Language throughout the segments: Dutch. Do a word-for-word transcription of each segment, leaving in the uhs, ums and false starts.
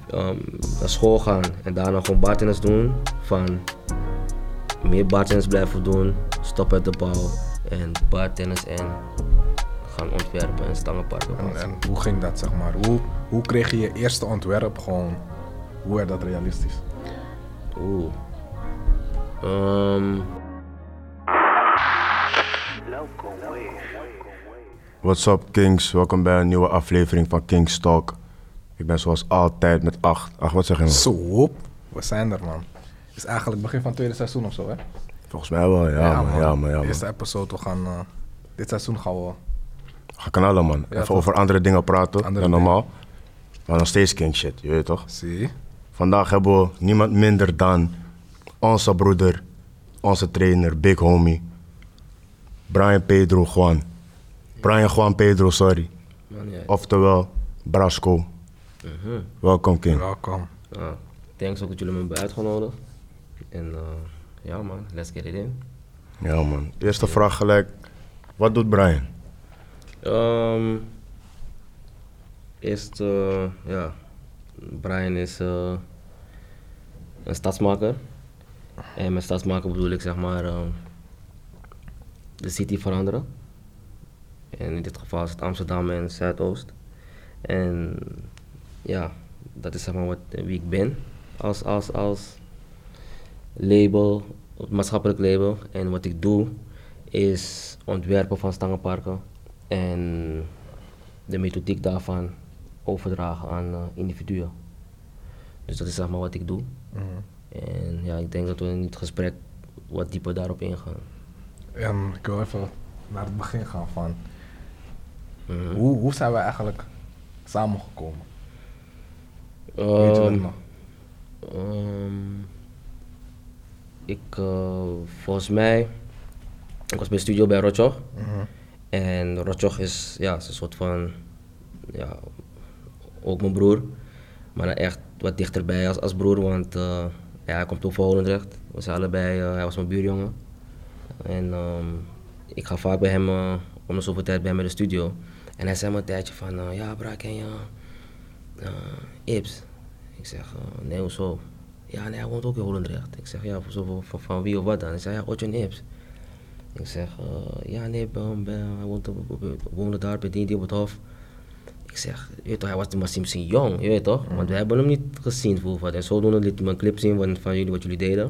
um, naar school gaan en daarna gewoon bartenders doen. Van meer bartenders blijven doen, stoppen met de bouw en bartenders en gaan ontwerpen en stangenparken. En, en hoe ging dat, zeg maar? Hoe, hoe kreeg je je eerste ontwerp gewoon? Hoe werd dat realistisch? Oeh. Um, What's up Kings, welkom bij een nieuwe aflevering van Kings Talk. Ik ben zoals altijd met acht. Ach, wat zeg je nou? Zo, we zijn er man. Het is eigenlijk begin van het tweede seizoen of zo, hè? Volgens mij wel, ja, ja man. Ja, man, ja, man. Eerste episode, we gaan... Uh, dit seizoen gaan we... Ga knallen, man. Ja, Even toch? over andere dingen praten Andere dan normaal. Maar nog steeds King shit, je weet toch? Zie. Vandaag hebben we niemand minder dan onze broeder, onze trainer, big homie, Brian Pedro Juan. Brian Juan Pedro, sorry. man, ja. Oftewel, Brasco. Mhm. Welkom, King. Welkom. Ja, thanks ook dat jullie me hebben uitgenodigd. En uh, ja man, let's get it in. Ja, man. Eerste vraag gelijk. Wat doet Brian? Um, eerst, uh, ja, Brian is uh, een stadsmaker. En met stadsmaker bedoel ik zeg maar uh, de city veranderen. En in dit geval is het Amsterdam en Zuidoost. En ja, dat is zeg maar wat, wie ik ben als, als, als label, maatschappelijk label. En wat ik doe is ontwerpen van stangenparken en de methodiek daarvan overdragen aan uh, individuen. Dus dat is zeg maar wat ik doe. Mm-hmm. En ja, ik denk dat we in het gesprek wat dieper daarop ingaan. En ik wil even naar het begin gaan van... Mm-hmm. Hoe, hoe zijn we eigenlijk samengekomen? Weet je dat Um, nog? um, ik, uh, volgens mij, ik was bij de studio bij Rotjoch. Mm-hmm. En Rotjoch is, ja, is een soort van, ja, ook mijn broer. Maar dan echt wat dichterbij als, als broer, want uh, ja, hij komt ook van Holendrecht. We zijn allebei, uh, hij was mijn buurjongen. En um, ik ga vaak bij hem, uh, om de zoveel tijd bij hem in de studio. En hij zei me een tijdje van, uh, ja bra, ken je uh, Ips? Ik zeg, uh, nee, hoezo? Ja, nee, hij woont ook in Holendrecht. Ik zeg, ja, van, van, van wie of wat dan? Hij zei, ja, Otje en Ips. Ik zeg, uh, ja, nee, bij, bij, hij woont op, op, op, woonde daar bij die, die op het hof. Ik zeg, je weet toch, hij was misschien jong, je weet toch? Want we hebben hem niet gezien vroeger. En zodoende liet hij me een clip zien van, van jullie, wat jullie deden.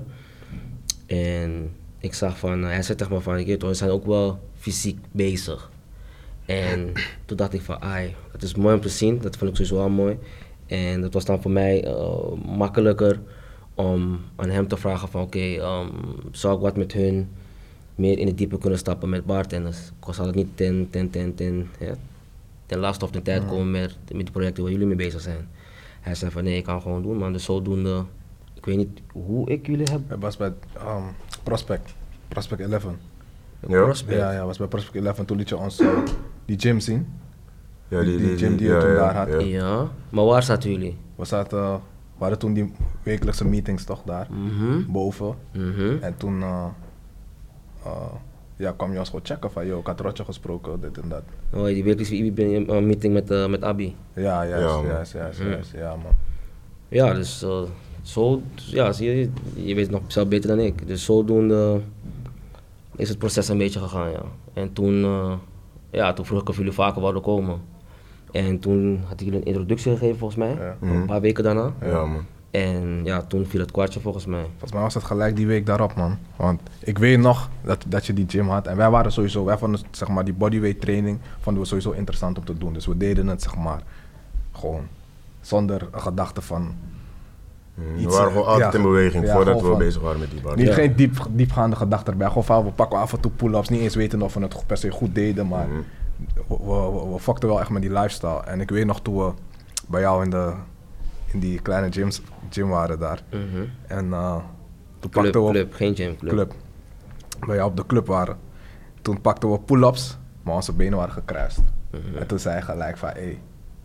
En ik zag van, uh, hij zei tegen me van, je weet toch, we zijn ook wel fysiek bezig. En toen dacht ik van, ai, het is mooi om te zien, dat vond ik sowieso wel mooi. En dat was dan voor mij uh, makkelijker om aan hem te vragen van, oké, okay, um, zou ik wat met hun meer in het diepe kunnen stappen met bartenders? Ik zal het niet ten, ten, ten, ten, ja, ten laatste of ten tijd komen met, met die projecten waar jullie mee bezig zijn. Hij zei van, nee, ik kan het gewoon doen, man. Dus zodoende, ik weet niet hoe ik jullie heb. Hij was bij um, Prospect, Prospect elf. Ja? Prospect. Ja, ja, was bij Prospect elf. Toen liet je ons uh, die gym zien. Ja, die, die gym die je ja, toen ja, daar had. ja. Ja, maar waar zaten jullie? We, zaten, uh, we hadden toen die wekelijkse meetings toch daar, Mhm. boven. Mhm. En toen uh, uh, ja, kwam je ons gewoon checken van, yo, ik had Rotje gesproken, dit en dat. Oh, die wekelijkse I B uh, meeting met, uh, met Abi. Ja, juist, Ja, man. juist, juist, Mhm. juist, ja man. Ja, dus uh, zo, ja, zie je, je weet het nog zelf beter dan ik. Dus zodoende is het proces een beetje gegaan, ja. En toen, uh, ja, toen vroeg ik of jullie vaker wouden komen. En toen had ik jullie een introductie gegeven volgens mij, Ja. een paar weken daarna. Ja, man. En ja, toen viel het kwartje volgens mij. Volgens mij was het gelijk die week daarop, man. Want ik weet nog dat, dat je die gym had. En wij waren sowieso, wij vonden zeg maar, die bodyweight training vonden we sowieso interessant om te doen. Dus we deden het zeg maar gewoon zonder een gedachte van... We Iets, waren gewoon altijd ja, in beweging ja, voordat gewoon we van- bezig waren met die bar. Niet, Ja. Geen diep, diepgaande gedachte erbij. Gewoon van, we pakken af en toe pull-ups. Niet eens weten of we het per se goed deden, maar Mhm. we, we, we, we fuckten wel echt met die lifestyle. En ik weet nog toen we bij jou in, de, in die kleine gyms, gym waren daar. Mhm. En uh, toen Club, pakten we... club, geen gym, club. club. Bij jou op de club waren. Toen pakten we pull-ups, maar onze benen waren gekruist. Mhm. En toen zei hij gelijk van, hé. Hey,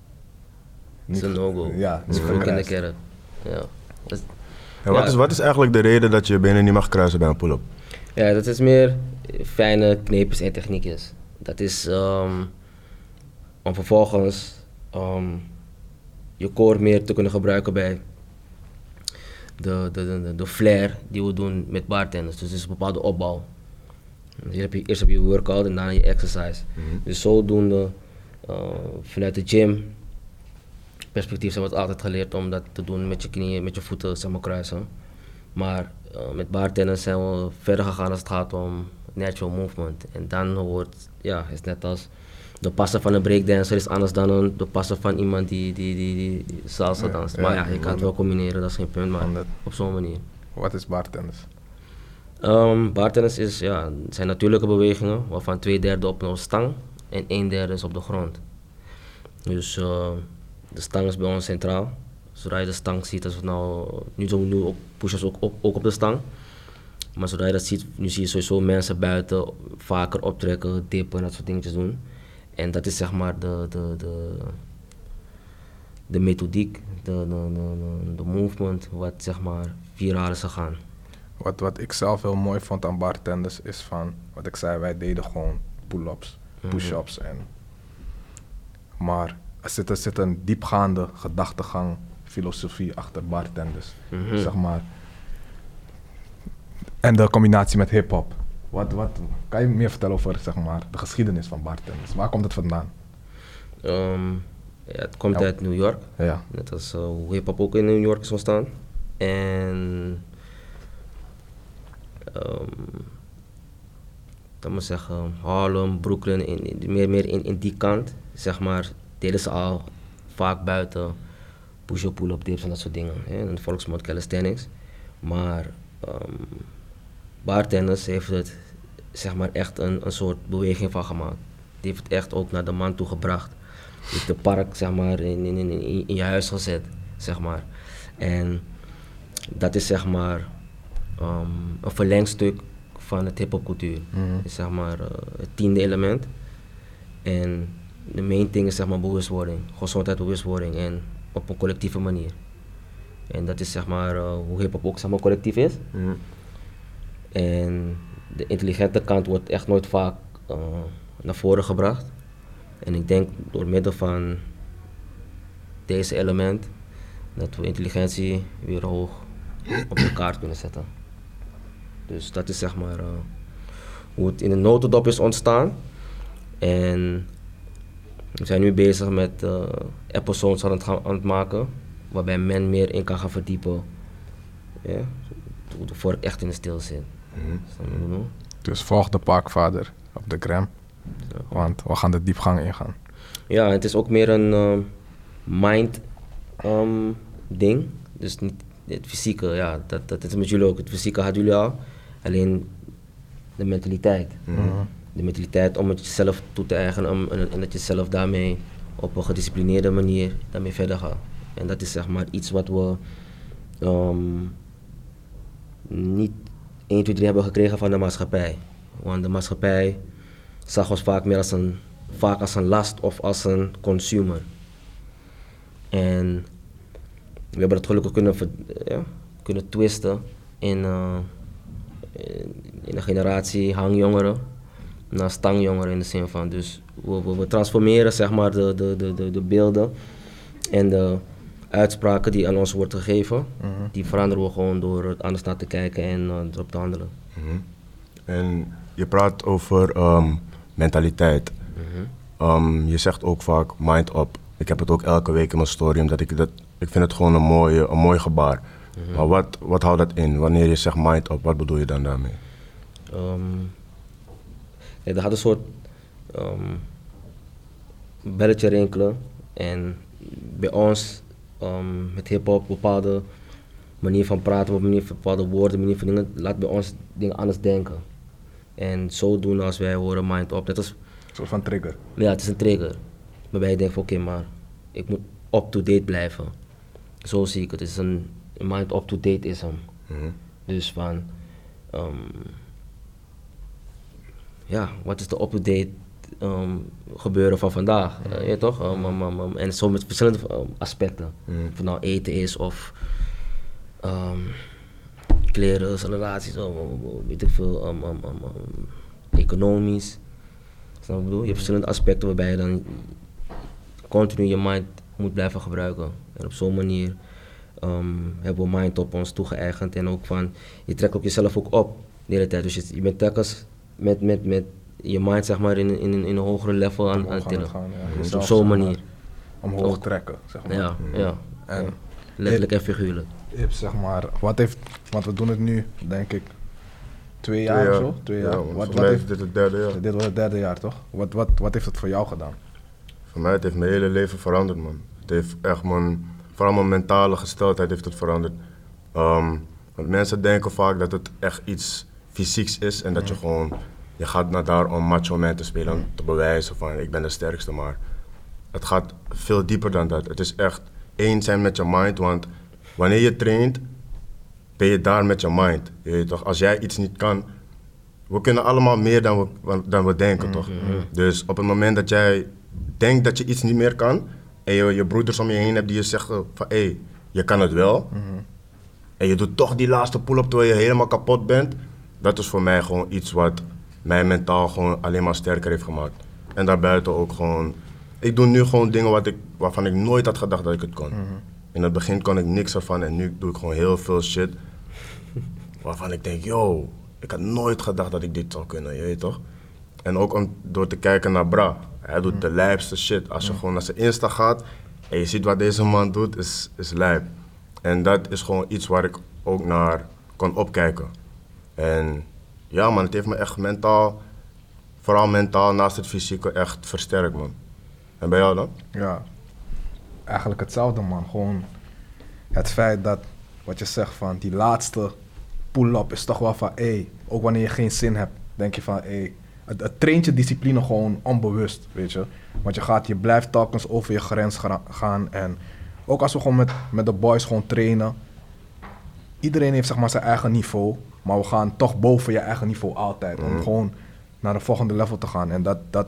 Het is een no-go. Ja, Dat is niet vroeg in de gekruist. kerk. Ja. Dat is- En wat, Ja. is, wat is eigenlijk de reden dat je je benen niet mag kruisen bij een pull-up? Ja, dat is meer fijne knepers en techniekjes. Dat is um, om vervolgens um, je core meer te kunnen gebruiken bij de, de, de, de flair die we doen met bartenders. Dus het is een bepaalde opbouw. Dus eerst heb je, eerst heb je workout en daarna je exercise. Mhm. Dus zodoende, uh, vanuit de gym perspectief hebben we het altijd geleerd om dat te doen met je knieën, met je voeten, zeg maar, kruisen. Maar uh, met bartenders zijn we verder gegaan als het gaat om natural movement. En dan hoort, ja, het is net als de passen van een breakdancer is anders dan een, de passen van iemand die, die, die, die, die salsa Ja, danst. ja, Maar ja, je kan het wel combineren, dat is geen punt, maar Honderd. op zo'n manier. Wat is bartenders? Um, bartenders is, ja, het zijn natuurlijke bewegingen, waarvan twee derde op een stang en een derde is op de grond. Dus uh, de stang is bij ons centraal. Zodra je de stang ziet, als we nou, nu doen we nu ook push-ups ook op, ook op de stang. Maar zodra je dat ziet, nu zie je sowieso mensen buiten vaker optrekken, dippen en dat soort dingetjes doen. En dat is zeg maar de, de, de, de methodiek, de, de, de, de, de movement, wat zeg maar viraal is gegaan. Wat, wat ik zelf heel mooi vond aan bartenders is van, wat ik zei, wij deden gewoon pull-ups, push-ups. En, maar er zit, er zit een diepgaande gedachtegang, filosofie achter bartenders. Mhm. Zeg maar. En de combinatie met hip-hop. Wat, wat, kan je meer vertellen over, zeg maar, de geschiedenis van bartenders? Waar komt het vandaan? Um, ja, het komt Ja. uit New York, Ja. net als uh, hoe hip-hop ook in New York is ontstaan. En um, dat moet zeggen, Harlem, Brooklyn, in, in- meer, meer in, in die kant, zeg maar, deden ze al vaak buiten push-up, pull-up dips en dat soort dingen. Hè, in de volksmond calisthenics. Maar um, bartenders heeft het, zeg maar, echt een, een soort beweging van gemaakt. Die heeft het echt ook naar de man toe gebracht. Die heeft de park, zeg maar, in, in, in, in, in je huis gezet, zeg maar. En dat is, zeg maar, um, een verlengstuk van het hip-hopcultuur. Mhm. Is, zeg maar, uh, het tiende element. En de main thing is, zeg maar, bewustwording. Gezondheid, bewustwording en op een collectieve manier. En dat is, zeg maar, uh, hoe hip-hop ook, zeg maar, collectief is. Mhm. En de intelligente kant wordt echt nooit vaak uh, naar voren gebracht. En ik denk door middel van deze element dat we intelligentie weer hoog op de kaart kunnen zetten. Dus dat is, zeg maar, uh, hoe het in een notendop is ontstaan. En we zijn nu bezig met uh, episodes aan het, gaan, aan het maken waarbij men meer in kan gaan verdiepen, ja, hoe de vork echt in de stil zit. Mhm. Snap je wat ik bedoel? Dus volg de Parkvader op de gram, Ja. want we gaan de diepgang ingaan. Ja, het is ook meer een um, mind um, ding. Dus niet het fysieke, ja, dat, dat is met jullie ook. Het fysieke hadden jullie al. Alleen de mentaliteit. Mhm. De mentaliteit om het jezelf toe te eigenen om, en, en dat je zelf daarmee op een gedisciplineerde manier daarmee verder gaat. En dat is, zeg maar, iets wat we um, niet één, twee, drie hebben gekregen van de maatschappij. Want de maatschappij zag ons vaak meer als een, vaak als een last of als een consumer. En we hebben dat gelukkig kunnen, ver- ja, kunnen twisten in, uh, in, in een generatie hangjongeren naar stangjongeren in de zin van, dus we, we, we transformeren, zeg maar, de, de, de, de, de beelden en de uitspraken die aan ons worden gegeven, Mhm. die veranderen we gewoon door er anders naar te kijken en uh, erop te handelen. Mhm. En je praat over ehm, mentaliteit. Ehm, je zegt ook vaak mind up. Ik heb het ook elke week in mijn story, omdat ik dat, ik vind het gewoon een mooi, een mooi gebaar. Maar wat, wat houdt dat in? Wanneer je zegt mind up, wat bedoel je dan daarmee? Um, ja, er gaat een soort um, belletje rinkelen en bij ons um, met hip-hop bepaalde manier van praten, manier van bepaalde woorden, manier van dingen, laat bij ons dingen anders denken. En zodoende als wij horen mind up, dat is, Een soort van trigger. ja, het is een trigger. Waarbij je denkt van oké, maar ik moet up-to-date blijven. Zo zie ik het, het is een, een mind up-to-date-ism. Mhm. Dus van, um, ja, wat is de up-to-date um, gebeuren van vandaag? Uh, ja, toch? Um, um, um, um, en zo met verschillende um, aspecten. Mhm. Of het nou eten is of um, kleren, relaties, um, um, weet ik veel, um, um, um, um, economisch. Snap je wat ik bedoel? Je hebt verschillende aspecten waarbij je dan continu je mind moet blijven gebruiken. En op zo'n manier um, hebben we Mind op ons toegeëigend. En ook van, je trekt ook jezelf ook op de hele tijd. Dus je, je bent telkens met, met, met je mind zeg maar in, in, in een hogere level aan, aan het tillen. Gaan, ja. Dus Jezelf, op zo'n zeg maar, manier. Omhoog Ook- trekken, zeg maar. Ja, ja. En ja. Letterlijk en figuurlijk. Ips, zeg maar, wat heeft, want we doen het nu, denk ik, twee jaar Twee of jaar. zo? Twee Ja, jaar. want wat, voor wat mij heeft, is dit het derde jaar. dit was het derde jaar, toch? Wat, wat, wat heeft het voor jou gedaan? Voor mij het heeft mijn hele leven veranderd, man. Het heeft echt mijn, vooral mijn mentale gesteldheid heeft het veranderd. Ehm, want mensen denken vaak dat het echt iets fysieks is en dat je gewoon, je gaat naar daar om macho man te spelen, om te bewijzen van ik ben de sterkste, maar het gaat veel dieper dan dat. Het is echt één zijn met je mind, want wanneer je traint, ben je daar met je mind. Je weet toch, als jij iets niet kan, we kunnen allemaal meer dan we, dan we denken, toch? Dus op het moment dat jij denkt dat je iets niet meer kan, en je, je broeders om je heen hebt die je zeggen van hé, hey, je kan het wel, en je doet toch die laatste pull-up terwijl je helemaal kapot bent, dat is voor mij gewoon iets wat mij mentaal gewoon alleen maar sterker heeft gemaakt. En daarbuiten ook gewoon, ik doe nu gewoon dingen wat ik, waarvan ik nooit had gedacht dat ik het kon. In het begin kon ik niks ervan en nu doe ik gewoon heel veel shit waarvan ik denk, yo, ik had nooit gedacht dat ik dit zou kunnen, je weet toch? En ook om, door te kijken naar Bra. Hij doet de lijpste shit. Als je gewoon naar zijn Insta gaat en je ziet wat deze man doet, is, is lijp. En dat is gewoon iets waar ik ook naar kon opkijken. En ja man, het heeft me echt mentaal, vooral mentaal naast het fysieke, echt versterkt man. En bij jou dan? Ja, eigenlijk hetzelfde, man. Gewoon het feit dat, wat je zegt van die laatste pull-up is toch wel van, hé, hey, ook wanneer je geen zin hebt, denk je van, hé, hey, het, het traint je discipline gewoon onbewust, weet je. Want je gaat, je blijft telkens over je grens gra- gaan en ook als we gewoon met, met de boys gewoon trainen, iedereen heeft zeg maar zijn eigen niveau, maar we gaan toch boven je eigen niveau altijd, om Mhm. gewoon naar de volgende level te gaan. En dat, dat,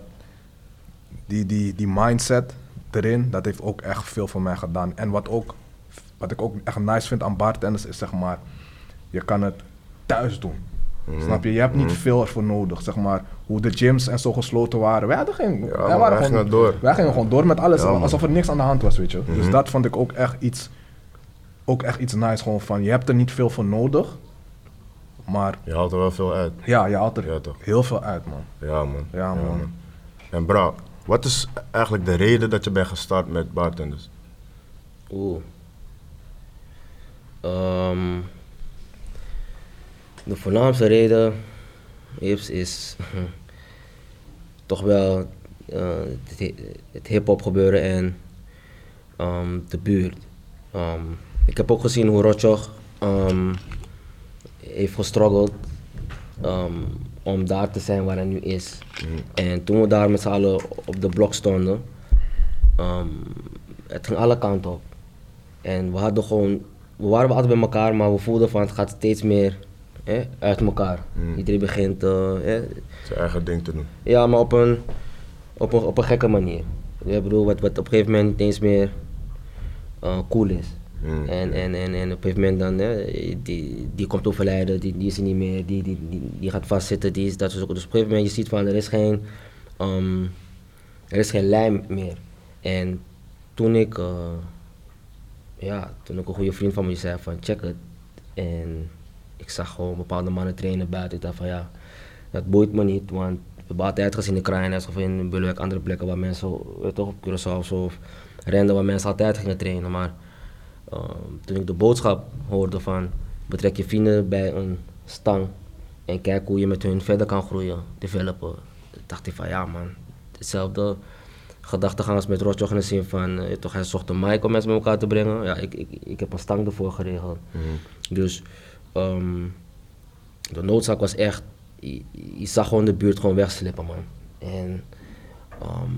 die, die, die mindset erin, dat heeft ook echt veel voor mij gedaan. En wat, ook, wat ik ook echt nice vind aan bartenders is zeg maar, je kan het thuis doen. Mhm. Snap je? Je hebt niet Mhm. veel ervoor nodig, zeg maar. Hoe de gyms en zo gesloten waren. Wij hadden geen... Ja, wij, man, waren wij gewoon, gingen door. wij gingen gewoon door met alles, Ja, man. alsof er niks aan de hand was, weet je. Dus Mhm. dat vond ik ook echt iets... Ook echt iets nice, gewoon van, je hebt er niet veel voor nodig. Maar Je haalt er wel veel uit. ja, je haalt er Ja, toch? heel veel uit, man. Ja man. Ja, man. En Bra, wat is eigenlijk de reden dat je bent gestart met bartenders? Oeh. Ehm, de voornaamste reden is, is toch wel eh, het, hi- het hip-hop gebeuren en ehm, de buurt. Ehm, ik heb ook gezien hoe Rotjoch ehm, heeft gestruggeld ehm, om daar te zijn waar hij nu is. En toen we daar met z'n allen op de blok stonden, ehm, het ging alle kanten op. En we hadden gewoon, we waren wel altijd bij elkaar, maar we voelden van het gaat steeds meer hè, uit elkaar. Mm. Iedereen begint, eh, hè, Zijn eigen ding te doen. ja, maar op een, op een, op een gekke manier. Ik bedoel, wat, wat op een gegeven moment niet eens meer eh, cool is. Mm. En, en, en, en op een gegeven moment dan, hè, die, die komt overlijden, die, die is er niet meer, die, die, die, die gaat vastzitten, die is dat. Dus op een gegeven moment je ziet van er is geen, ehm, er is geen lijm meer. En toen ik, eh, ja, toen ik een goede vriend van me die zei van check het. En ik zag gewoon bepaalde mannen trainen buiten. Ik dacht van ja, dat boeit me niet, want we hebben altijd gezien in Kraaienhuis of in Bulwerk, andere plekken waar mensen, weet je toch, op Curaçao of zo, of renden waar mensen altijd gingen trainen. Maar uh, toen ik de boodschap hoorde van betrek je vrienden bij een stang en kijk hoe je met hun verder kan groeien, developen, dacht ik van ja man, hetzelfde gedachtegang als met Rotjoch in de zin van, uh, toch, hij zocht een mic om mensen bij elkaar te brengen. Ja, ik, ik, ik heb een stang ervoor geregeld. Mhm. Dus um, de noodzaak was echt, je, je zag gewoon de buurt gewoon wegslippen, man. En um,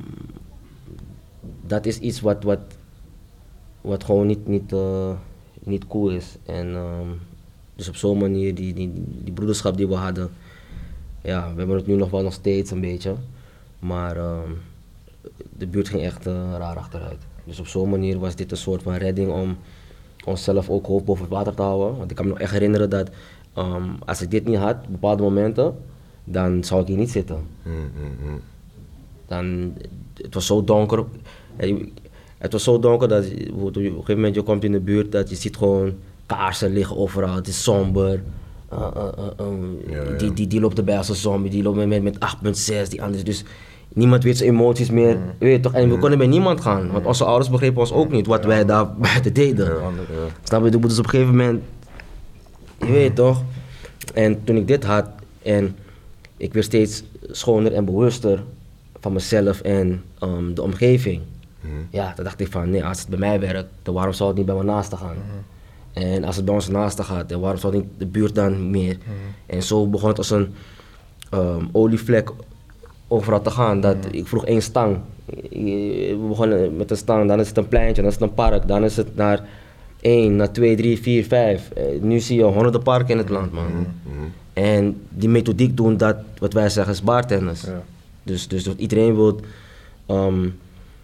dat is iets wat, wat, wat gewoon niet, niet, uh, niet cool is. En um, dus op zo'n manier, die, die, die broederschap die we hadden, ja, we hebben het nu nog wel nog steeds een beetje. Maar um, de buurt ging echt uh, raar achteruit. Dus op zo'n manier was dit een soort van redding om onszelf ook hoofd boven het water te houden. Want ik kan me nog echt herinneren dat um, als ik dit niet had, op bepaalde momenten, dan zou ik hier niet zitten. Mhm, mhm. Dan, het was zo donker. En je- Het was zo donker dat je, op een gegeven moment je komt in de buurt dat je ziet gewoon kaarsen liggen overal. Het is somber. Uh, uh, uh, um, Ja, ja. Die, die, die loopt erbij als een zombie, die loopt met, met acht komma zes, die andere. Dus niemand weet zijn emoties meer. Mm. Je weet toch? En we konden bij niemand gaan, want onze ouders begrepen ons ook niet wat wij daar buiten deden. Ja, ja. Snap je? Dus op een gegeven moment, je weet toch? En toen ik dit had en ik werd steeds schoner en bewuster van mezelf en um, de omgeving. Mhm. Ja, dan dacht ik van nee, als het bij mij werkt, dan waarom zou het niet bij mijn naasten gaan? En als het bij onze naasten gaat, dan waarom zou het niet de buurt dan meer? En zo begon het als een um, olievlek overal te gaan. Dat, Ik vroeg één stang. We begonnen met een stang, dan is het een pleintje, dan is het een park, dan is het naar één, naar twee, drie, vier, vijf. Eh, nu zie je honderden parken in het land, man. Mhm. En die methodiek doen dat, wat wij zeggen, is bartenders. Ja. Dus, dus dat iedereen wil um,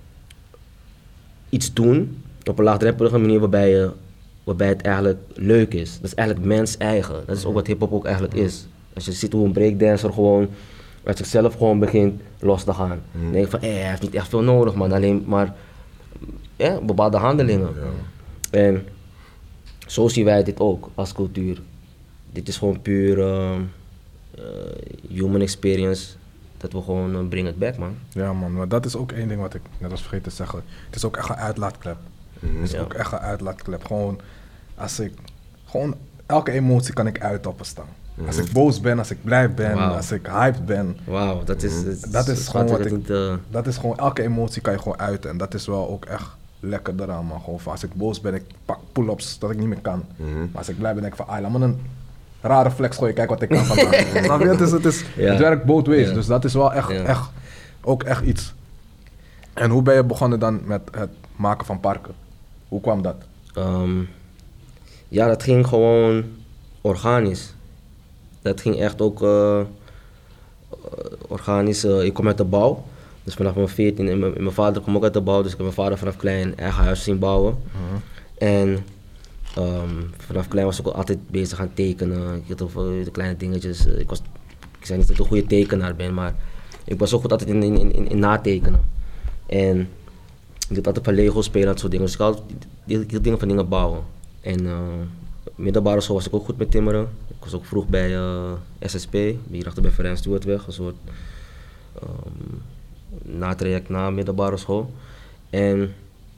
iets doen op een laagdrempelige manier waarbij, je, waarbij het eigenlijk leuk is. Dat is eigenlijk mens eigen. Dat is ook wat hip-hop ook eigenlijk is. Als je ziet hoe een breakdancer gewoon uit zichzelf gewoon begint los te gaan. Dan denk je van, eh, hij heeft niet echt veel nodig, man. Alleen maar ja, bepaalde handelingen. Ja. En zo zien wij dit ook als cultuur. Dit is gewoon puur um, uh, human experience. Dat we gewoon uh, bring it back, man. Ja man, maar dat is ook één ding wat ik net was vergeten te zeggen. Het is ook echt een uitlaatklep. Het is Ja. ook echt een uitlaatklep. Gewoon, als ik, gewoon, elke emotie kan ik uit op een stang. Als ik boos ben, als ik blij ben, Wauw. als ik hyped ben. Wauw, dat is... Dat is gewoon wat dat ik- niet, uh, Dat is gewoon, elke emotie kan je gewoon uiten. En dat is wel ook echt lekker eraan, man. Gewoon van, als ik boos ben, ik pak pull-ups dat ik niet meer kan. Mhm. Maar als ik blij ben, denk ik van, ah, laat me een rare flex gooien, kijk wat ik kan vandaag. Snap je? Het, is, het, is, Ja. het werkt both ways, Ja. dus dat is wel echt, Ja. echt, ook echt iets. En hoe ben je begonnen dan met het maken van parken? Hoe kwam dat? um, ja, dat ging gewoon organisch. Dat ging echt ook uh, uh, organisch. Uh, ik kom uit de bouw. Dus vanaf mijn veertien, en mijn, en mijn vader kwam ook uit de bouw, dus ik heb mijn vader vanaf klein eigen huis zien bouwen. En um, vanaf klein was ik ook altijd bezig aan tekenen. Ik had over de kleine dingetjes. Uh, ik, was, ik zei niet dat ik een goede tekenaar ben, maar ik was ook goed altijd in, in, in, in natekenen. En ik deed altijd van Lego spelen en dat soort dingen. Dus ik had heel dingen van dingen bouwen. En uh, middelbare school was ik ook goed met timmeren. Ik was ook vroeg bij uh, S S P, hier achter bij Ferenc Stuartweg, een soort um, natraject na middelbare school. En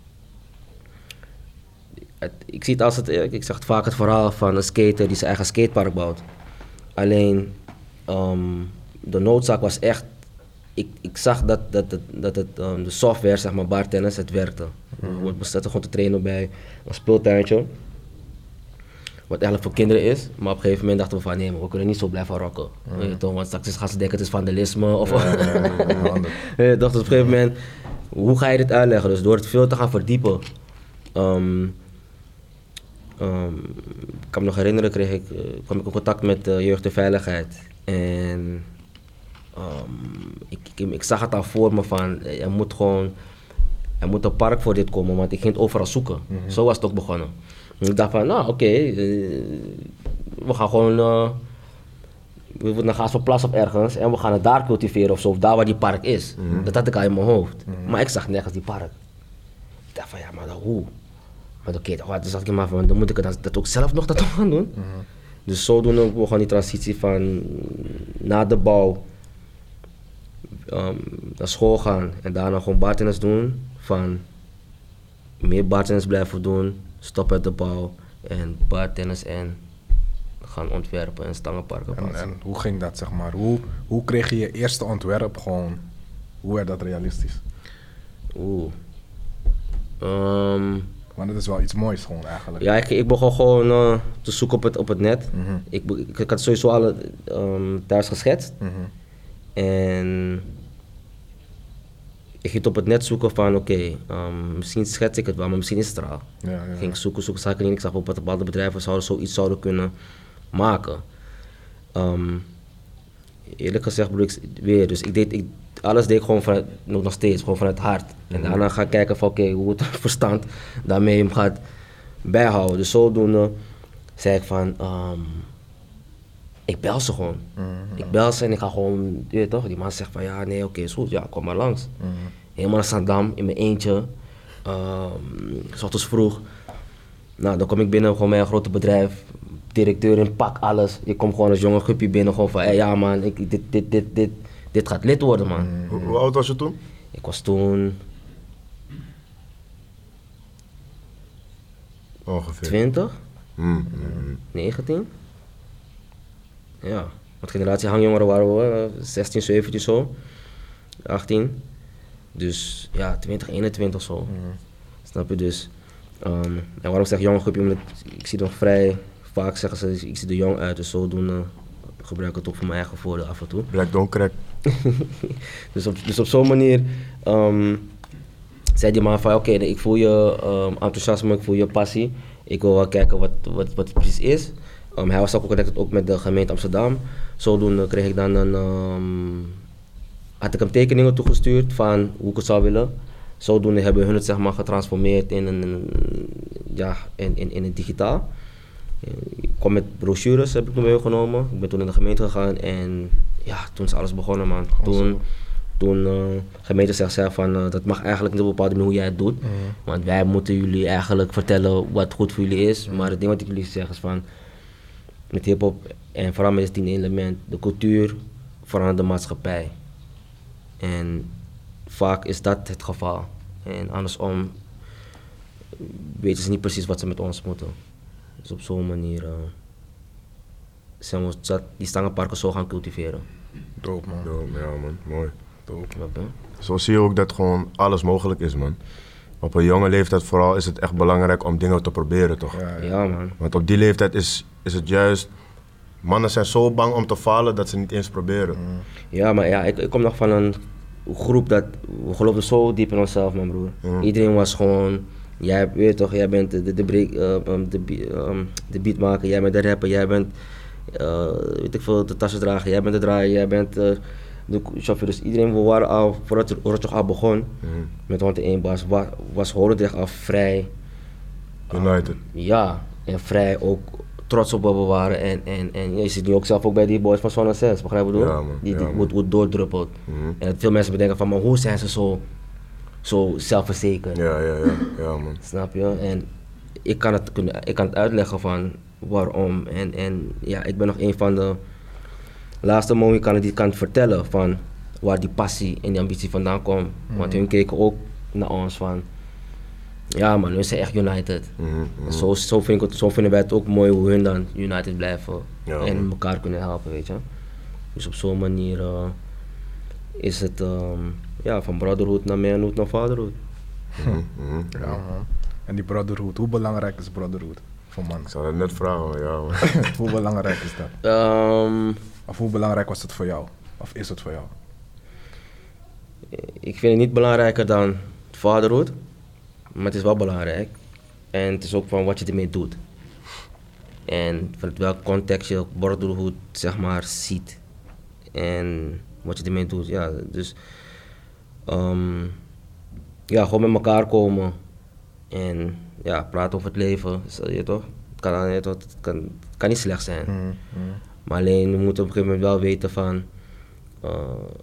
het, ik zie het als het, ik zeg het vaak het verhaal van een skater die zijn eigen skatepark bouwt. Alleen um, de noodzaak was echt, ik, ik zag dat, dat, dat, dat het, um, de software, zeg maar, bartenders, het werkte. We zaten gewoon te trainen bij een speeltuintje. Wat eigenlijk voor kinderen is, maar op een gegeven moment dachten we van nee, maar we kunnen niet zo blijven rocken. Weet je toch? Want straks gaan ze denken het is vandalisme of... Ja, ja, ja, ja, ander. Weet je toch? Dus op een gegeven moment, hoe ga je dit uitleggen? Dus door het veel te gaan verdiepen. Um, um, ik kan me nog herinneren, kreeg ik, uh, kwam ik in contact met uh, Jeugd en Veiligheid. En um, ik, ik, ik zag het al voor me van, eh, er moet gewoon, er moet een park voor dit komen, want ik ging het overal zoeken. Zo was het ook begonnen. En ik dacht van, nou oké, okay, uh, we gaan gewoon, uh, we moeten naar Gaasperplas of ergens en we gaan het daar cultiveren of zo, of daar waar die park is. Mhm. Dat had ik al in mijn hoofd. Maar ik zag nergens die park. Ik dacht van, ja, maar dan hoe? Maar oké, okay, dus dacht ik maar van, dan moet ik dat, dat ook zelf nog dat ook gaan doen. Dus zodoende begon die transitie van na de bouw um, naar school gaan en daarna gewoon bartenders doen. Van meer bartenders blijven doen, stoppen uit de bouw en bartenders en gaan ontwerpen en stangenparken En, plaatsen. en hoe ging dat, zeg maar? Hoe, hoe kreeg je je eerste ontwerp gewoon? Hoe werd dat realistisch? Oeh. Um, Want het is wel iets moois gewoon eigenlijk. ja, ik, ik begon gewoon uh, te zoeken op het, op het net. Mhm. ik, be- ik, ik had sowieso al um, thuis geschetst. Mhm. En ik ging op het net zoeken van oké, okay, um, misschien schets ik het wel, maar misschien is het er al. Ja, ja, Ik ging ja. zoeken, zoeken, zaken in. Ik zag op wat bepaalde bedrijven zouden zoiets zouden kunnen maken. Um, eerlijk gezegd bedoel ik weer, dus ik deed, ik, alles deed ik gewoon vanuit, nog nog steeds, gewoon vanuit het hart. En daarna ga ik kijken van oké, okay, hoe het verstand daarmee hem gaat bijhouden. Dus zodoende zei ik van, um, ik bel ze gewoon. Mhm. Ik bel ze en ik ga gewoon, je weet toch, die man zegt van ja, nee, oké, okay, is goed, ja, kom maar langs. Mhm. Helemaal naar Zandam, in mijn eentje. Um, 's ochtends vroeg. Nou, dan kom ik binnen gewoon bij een grote bedrijf. Directeur in pak, alles. Je komt gewoon als jonge guppie binnen, gewoon van, hey, ja man, ik, dit, dit, dit, dit, dit gaat lid worden, man. Mm. Hoe, hoe oud was je toen? Ik was toen Ongeveer. twintig, Mm, mm, mm. negentien. Ja, want generatie hangjongeren waren we, uh, zestien, zeventien zo, achttien. Dus ja, twintig, eenentwintig zo. Mm. Snap je dus? Um, en waarom zeg ik jonge groepje? Omdat ik zie nog vrij vaak zeggen ze, ik zie er jong uit, dus zodoende gebruik ik het ook voor mijn eigen voordeel af en toe. Black don't crack. dus, op, dus op zo'n manier um, zei die man van oké, okay, ik voel je um, enthousiasme, ik voel je passie. Ik wil wel kijken wat, wat, wat het precies is. Um, hij was ook connected ook met de gemeente Amsterdam. Zodoende kreeg ik dan een, um, had ik hem tekeningen toegestuurd van hoe ik het zou willen. Zodoende hebben hun het zeg maar getransformeerd in een, ja, in, in, in het digitaal. Ik kwam met brochures, heb ik toen meegenomen. Ik ben toen in de gemeente gegaan en ja, toen is alles begonnen, man. Toen, toen uh, de gemeente zegt zelf van uh, dat mag eigenlijk niet op een bepaalde manier hoe jij het doet. Mm. Want wij moeten jullie eigenlijk vertellen wat goed voor jullie is. Mm. Maar het ding wat ik jullie zeg is van met hip-hop en vooral met het tiende element, de cultuur verandert de maatschappij. En vaak is dat het geval. En andersom weten ze niet precies wat ze met ons moeten. Dus op zo'n manier uh, zijn we dat, die stangenparken zo gaan cultiveren. Dope, man. Dope, ja man, mooi. Dope. Ja, Zo zie je ook dat gewoon alles mogelijk is, man. Op een jonge leeftijd vooral is het echt belangrijk om dingen te proberen, toch? Ja, ja. ja man. Want op die leeftijd is, is het juist... Mannen zijn zo bang om te falen dat ze niet eens proberen. Mm. Ja, maar ja, ik, ik kom nog van een groep dat... We geloofden zo diep in onszelf, mijn broer. Mm. Iedereen was gewoon... Jij weet toch, jij bent de, de, de, break, uh, um, de, um, de beatmaker, jij bent de rapper, jij bent... Uh, weet ik veel, de tassen dragen, jij bent de draaier, jij bent uh, de chauffeur. Dus iedereen, we waren al, voordat Rotjoch al begon, Mm. met honderdéén bars, was, was Holendrecht al vrij... United. Ja, en vrij ook trots op wat we waren. En, en, en je ziet nu ook zelf ook bij die boys van Zone zes, begrijp je wat ik bedoel? Ja, man. Die, Ja, die man. wordt, wordt doordruppeld. Mm. En dat veel mensen bedenken van, maar hoe zijn ze zo, zo zelfverzekerd? Ja, ja, ja, ja, man. Snap je? En ik kan het, kunnen, ik kan het uitleggen van waarom. En, en ja, ik ben nog een van de laatste Mohikanen die kan vertellen van waar die passie en die ambitie vandaan komt. Mm. Want hun keken ook naar ons van, ja man, hun zijn echt united. Mm, mm. Zo, zo, vind ik het, zo vinden wij het ook mooi hoe hun dan united blijven Ja, en man. elkaar kunnen helpen, weet je. Dus op zo'n manier uh, is het um, ja, van brotherhood naar manhood naar fatherhood. Mm, mm. Ja, man. En die brotherhood, hoe belangrijk is brotherhood voor Ik mannen? zou het net vragen, maar ja, man. Hoe belangrijk is dat? Um, Of hoe belangrijk was het voor jou? Of is het voor jou? ik vind het niet belangrijker dan fatherhood, maar het is wel belangrijk. En het is ook van wat je ermee doet. En vanuit welk context je brotherhood zeg maar ziet. En wat je ermee doet, ja. Dus um, ja, gewoon met elkaar komen en ja, praten over het leven, stel je toch? Het kan, je toch, het kan, het kan niet slecht zijn. Mm, mm. Maar alleen we moeten op een gegeven moment wel weten van uh,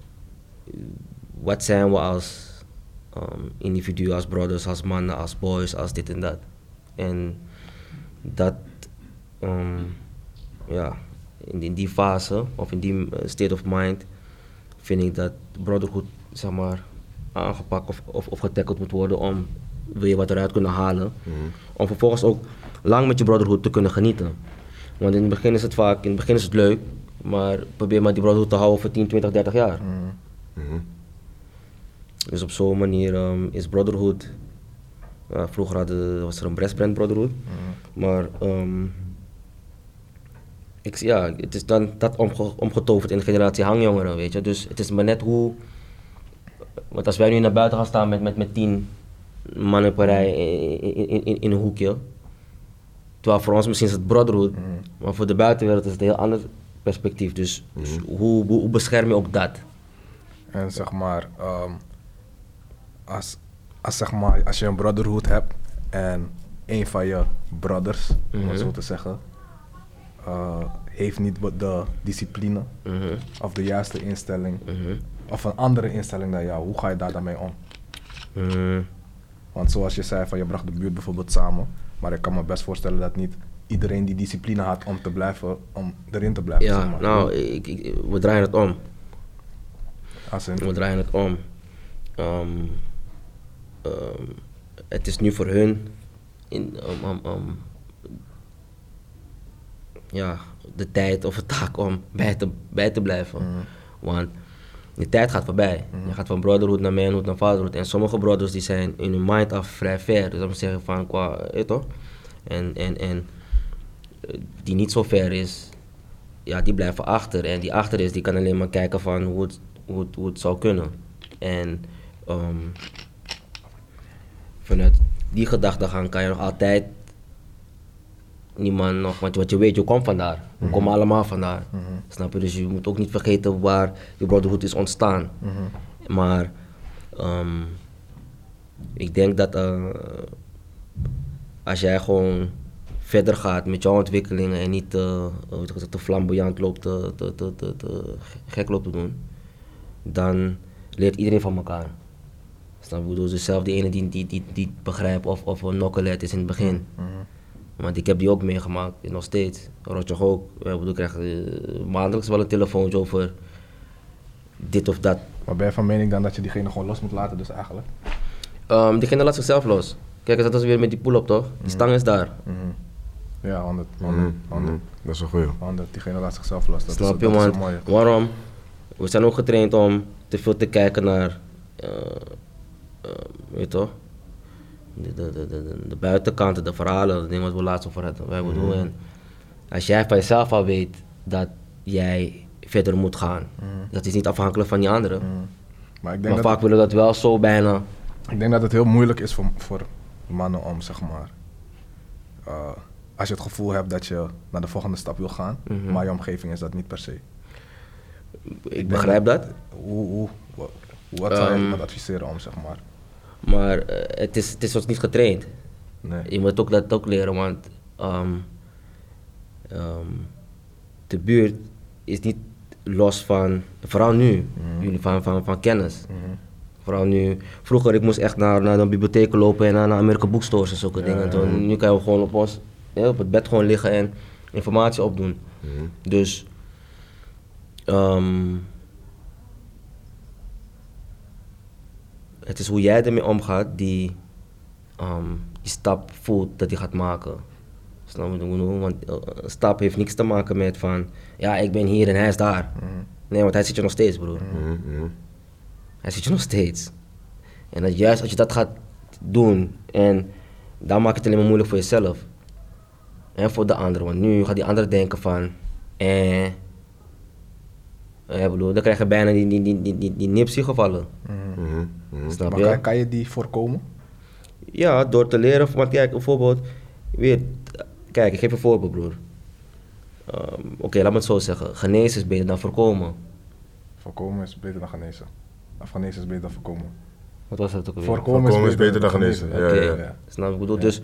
wat zijn we als um, individuen, als brothers, als mannen, als boys, als dit en dat. En dat, um, ja, in, in die fase of in die uh, state of mind vind ik dat brotherhood zeg maar aangepakt of, of, of getackeld moet worden om wil je wat eruit kunnen halen. Mm. Om vervolgens ook lang met je brotherhood te kunnen genieten. Want in het begin is het vaak, in het begin is het leuk, maar probeer maar die brotherhood te houden voor tien, twintig, dertig jaar. Mm. Mm. Dus op zo'n manier um, is brotherhood, ja, vroeger hadden, was er een Brestbrand brotherhood, Mm. maar um, ik, ja, het is dan dat omge, omgetoverd in de generatie hangjongeren, weet je. Dus het is maar net hoe, want als wij nu naar buiten gaan staan met, met, met tien mannen op een rij in, in, in, in een hoekje, terwijl voor ons misschien is het brotherhood, Mm. maar voor de buitenwereld is het een heel ander perspectief. Dus, Mm. dus hoe, hoe, hoe bescherm je ook dat? En zeg maar, um, als, als, zeg maar, als je een brotherhood hebt en een van je brothers, om het Mhm. zo te zeggen, uh, heeft niet de discipline Mhm, of de juiste instelling mhm. of een andere instelling dan jou, hoe ga je daar dan mee om? Mm. Want zoals je zei, van je bracht de buurt bijvoorbeeld samen. Maar ik kan me best voorstellen dat niet iedereen die discipline had om te blijven, om erin te blijven. Ja, zeg maar. nou, ik, ik, we draaien het om. Als in, We draaien het om. Um, um, het is nu voor hun in, um, um, um, ja, de tijd of de taak om bij te, bij te blijven. Mhm. Want de tijd gaat voorbij. Mhm. Je gaat van brotherhood naar manhood naar fatherhood. En sommige brothers die zijn in hun mind af vrij ver. Dus dat moet zeggen van qua, eh, toch? En, en, en eh, die niet zo ver is, ja, die blijven achter. En die achter is, die kan alleen maar kijken van hoe het, hoe het, hoe het zou kunnen. En um, vanuit die gedachtegang kan je nog altijd niemand nog, want wat je weet, je komt vandaar. We Mhm. komen allemaal vandaar. Mhm. Snap je? Dus je moet ook niet vergeten waar je brotherhood is ontstaan. Mhm. Maar um, ik denk dat uh, als jij gewoon verder gaat met jouw ontwikkelingen en niet uh, te, te flamboyant loopt, te, te, te, te, te gek loopt te doen, dan leert iedereen van elkaar. Snap je? Ik bedoel, dus zelf die ene die, die, die, die het begrijpt of, of een nokkelet is in het begin. Mhm. Want ik heb die ook meegemaakt, nog steeds. Rotjoch ook. Ik bedoel, ik krijg uh, maandelijks wel een telefoontje over dit of dat. Maar ben je van mening dan dat je diegene gewoon los moet laten, dus eigenlijk? Um, diegene laat zichzelf los. Kijk eens, dat is weer met die pull-up toch? Die stang is daar. Mhm. Ja, honderd, Mhm, honderd, mhm. honderd, Dat is een goeie. honderd. Diegene laat zichzelf los. Dat Snap is, je, dat is want een mooie. waarom? We zijn ook getraind om te veel te kijken naar, uh, uh, weet je toch? De, de, de, de, de buitenkanten, de verhalen, de dingen wat we laatst over hadden. Wij Mhm. bedoelen. En als jij van jezelf al weet dat jij verder moet gaan, Mhm. dat is niet afhankelijk van die anderen. Mhm. Maar ik denk, Maar dat, vaak willen we dat wel zo bijna. ik denk dat het heel moeilijk is voor, voor mannen om, zeg maar, uh, als je het gevoel hebt dat je naar de volgende stap wil gaan, Mhm. maar je omgeving is dat niet per se. Ik begrijp dat. Hoe, hoe, wa- wat zou je Ehm. iemand adviseren om, zeg maar? Maar uh, het, is, het is ons niet getraind. Nee. Je moet ook dat ook leren, want um, um, de buurt is niet los van, vooral nu, Mhm. jullie van, van, van kennis. Mhm. Vooral nu, vroeger ik moest echt naar, naar de bibliotheek lopen en naar, naar American bookstores en zulke Ja, dingen. ja, Toen, ja. nu kan je gewoon op, ons, ja, op het bed gewoon liggen en informatie opdoen. Mhm. Dus, um, het is hoe jij ermee omgaat die um, die stap voelt dat hij gaat maken. Snap je wat ik bedoel? Want uh, een stap heeft niks te maken met van, ja, ik ben hier en hij is daar. Mhm. Nee, want hij zit je nog steeds, broer. Mhm, mhm. Hij zit je nog steeds. En dat juist als je dat gaat doen, en dan maak je het alleen maar moeilijk voor jezelf. En voor de anderen. Want nu gaat die andere denken van, eh. Ja, bedoel, dan krijg je bijna die, die, die, die, die, die Nipsey gevallen. Mhm. Mhm, mhm. Snap Maar je? kan, kan je die voorkomen? Ja, door te leren. Want kijk, bijvoorbeeld, weer, kijk, ik geef een voorbeeld, broer. Um, Oké, okay, laat me het zo zeggen. Genezen is beter dan voorkomen. Voorkomen is beter dan genezen. Of genezen is beter dan voorkomen. Wat was dat ook alweer? Voorkomen, Voorkomen is beter dan genezen. Ja, Oké, ja, ja. snap je? Ik bedoel, Ja. dus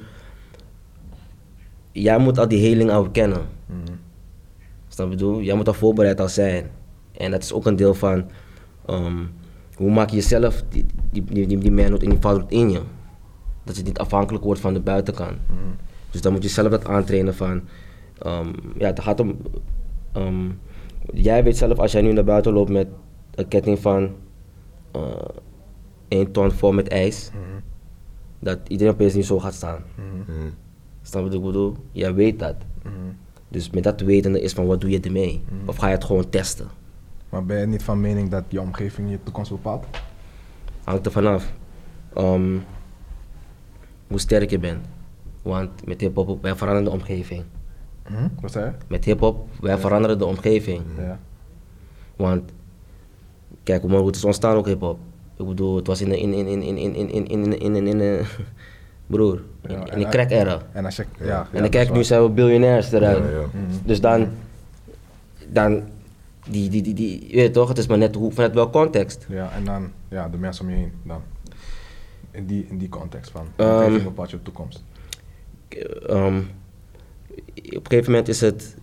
jij moet al die heling al kennen. Mhm. Snap je? Ik bedoel, jij moet al voorbereid al zijn. En dat is ook een deel van um, hoe maak je jezelf die, die, die, die, die manhood en die fatherhood in je. Dat je niet afhankelijk wordt van de buitenkant. Mhm. Dus dan moet je zelf dat aantrainen van, um, ja, het gaat om, um, jij weet zelf als jij nu naar buiten loopt met een ketting van uh, één ton vol met ijs, Mhm. dat iedereen opeens niet zo gaat staan. Mhm. Mhm. Snap je wat ik bedoel? Jij weet dat. Mhm. Dus met dat wetende is van wat doe je ermee? Mhm. Of ga je het gewoon testen? Maar ben je niet van mening dat je omgeving je toekomst bepaalt? Hangt er vanaf. Um, hoe sterk je bent. Want met hip-hop, wij veranderen de omgeving. Mhm. Wat zei je? Met hip-hop, wij Ja. veranderen de omgeving. Ja. Want, kijk, hoe het is ontstaan ook hip-hop. Ik bedoel, het was in de, in, in, in, in, in, in, in, in, in, in, in, in broer, in, Ja, in de en- crack-era. En als je... Ja, ja, En dan dat kijk, is nu waar. zijn we biljonairs eruit. Ja, ja. Mhm. Dus dan, dan, die, die, die, die, je weet toch, het is maar net hoe, vanuit welk context. Ja, en dan ja, de mensen om je heen dan. In die, in die context van, Ehm. omgeving bepaalt je toekomst. Um, op een gegeven moment is het,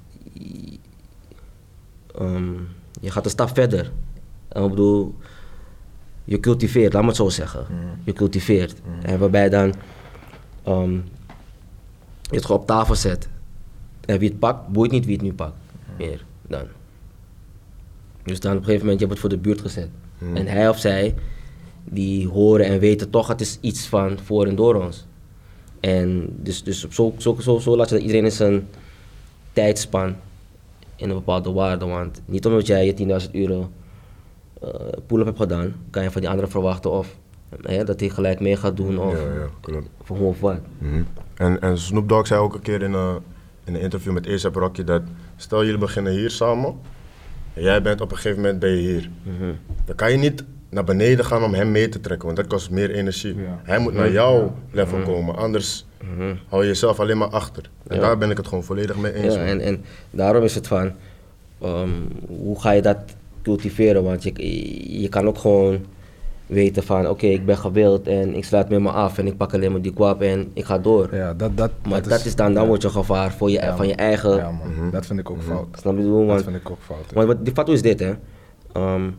um, je gaat een stap verder. En ik bedoel, je cultiveert, laat me het zo zeggen. Mm. Je cultiveert. En waarbij dan um, je het gewoon op tafel zet. En wie het pakt, boeit niet wie het nu pakt. Meer dan. Dus dan op een gegeven moment, je hebt het voor de buurt gezet. Mm. En hij of zij, die horen en weten toch, het is iets van voor en door ons. En dus, dus zo, zo, zo, zo laat je dat iedereen in zijn tijdspan in een bepaalde waarde. Want niet omdat jij je tienduizend euro uh, pull-up hebt gedaan, kan je van die anderen verwachten of hè, dat hij gelijk mee gaat doen of, Ja, ja, klopt. of hoe of wat. Mhm. En, en Snoop Dogg zei ook een keer in een, in een interview met A$AP Rocky dat stel jullie beginnen hier samen en jij bent op een gegeven moment ben je hier. Mhm. Dan kan je niet naar beneden gaan om hem mee te trekken, want dat kost meer energie. Ja. Hij moet naar jouw level komen, anders Mhm. hou je jezelf alleen maar achter. En Ja. daar ben ik het gewoon volledig mee eens. Ja, man. en, en daarom is het van, um, hoe ga je dat cultiveren? Want je, je kan ook gewoon weten van, oké, okay, ik ben gewild en ik sluit met me af en ik pak alleen maar die kwap en ik ga door. Ja, dat, dat, Maar dat is, dan, dan wordt je gevaar voor je, Ja, van je eigen, Ja, man. Mhm. Dat vind ik ook fout. snap je wat ik bedoel? Dat Want, vind ik ook fout. ja. want wat, die fatu is dit, hè. Um,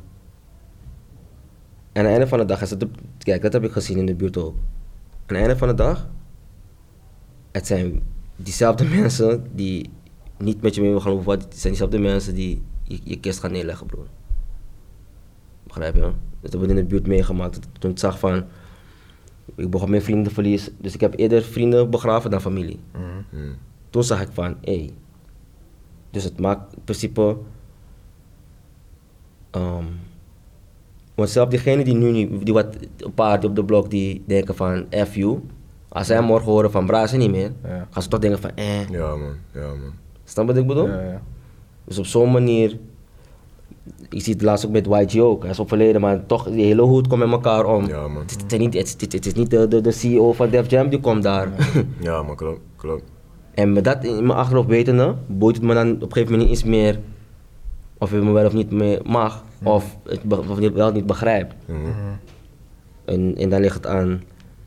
en aan het einde van de dag, is het de, kijk, dat heb ik gezien in de buurt ook. Aan het einde van de dag, het zijn diezelfde mensen die niet met je mee willen gaan hoeven, het zijn diezelfde mensen die je, je kist gaan neerleggen, broer. Begrijp je? Dat hebben we in de buurt meegemaakt. Toen ik zag van, ik begon mijn vrienden te verliezen, dus ik heb eerder vrienden begraven dan familie. Mhm. Mhm. Toen zag ik van, hé, hey, dus het maakt in principe, um, want zelfs diegenen die nu niet, die wat, een paar die op de blok die denken van F you, als zij morgen horen van Bra is er niet meer, Ja. gaan ze toch denken van eh, Ja man, ja man. snap je wat ik bedoel? Ja, ja. Dus op zo'n manier, ik zie het laatst ook met Y G ook, hij is overleden, maar toch, die hele hoed komt met elkaar om. Ja man. Het, is- het is niet, het, is- het is niet de, de, de C E O van Def Jam die komt daar. Ja man, klopt, klopt. En met dat in mijn achterhoofd wetende, boeit het me dan op een gegeven moment niet eens meer of je me wel of niet meer mag, of het be- of je wel niet begrijpt. Mhm. Mhm. En, en dan ligt het aan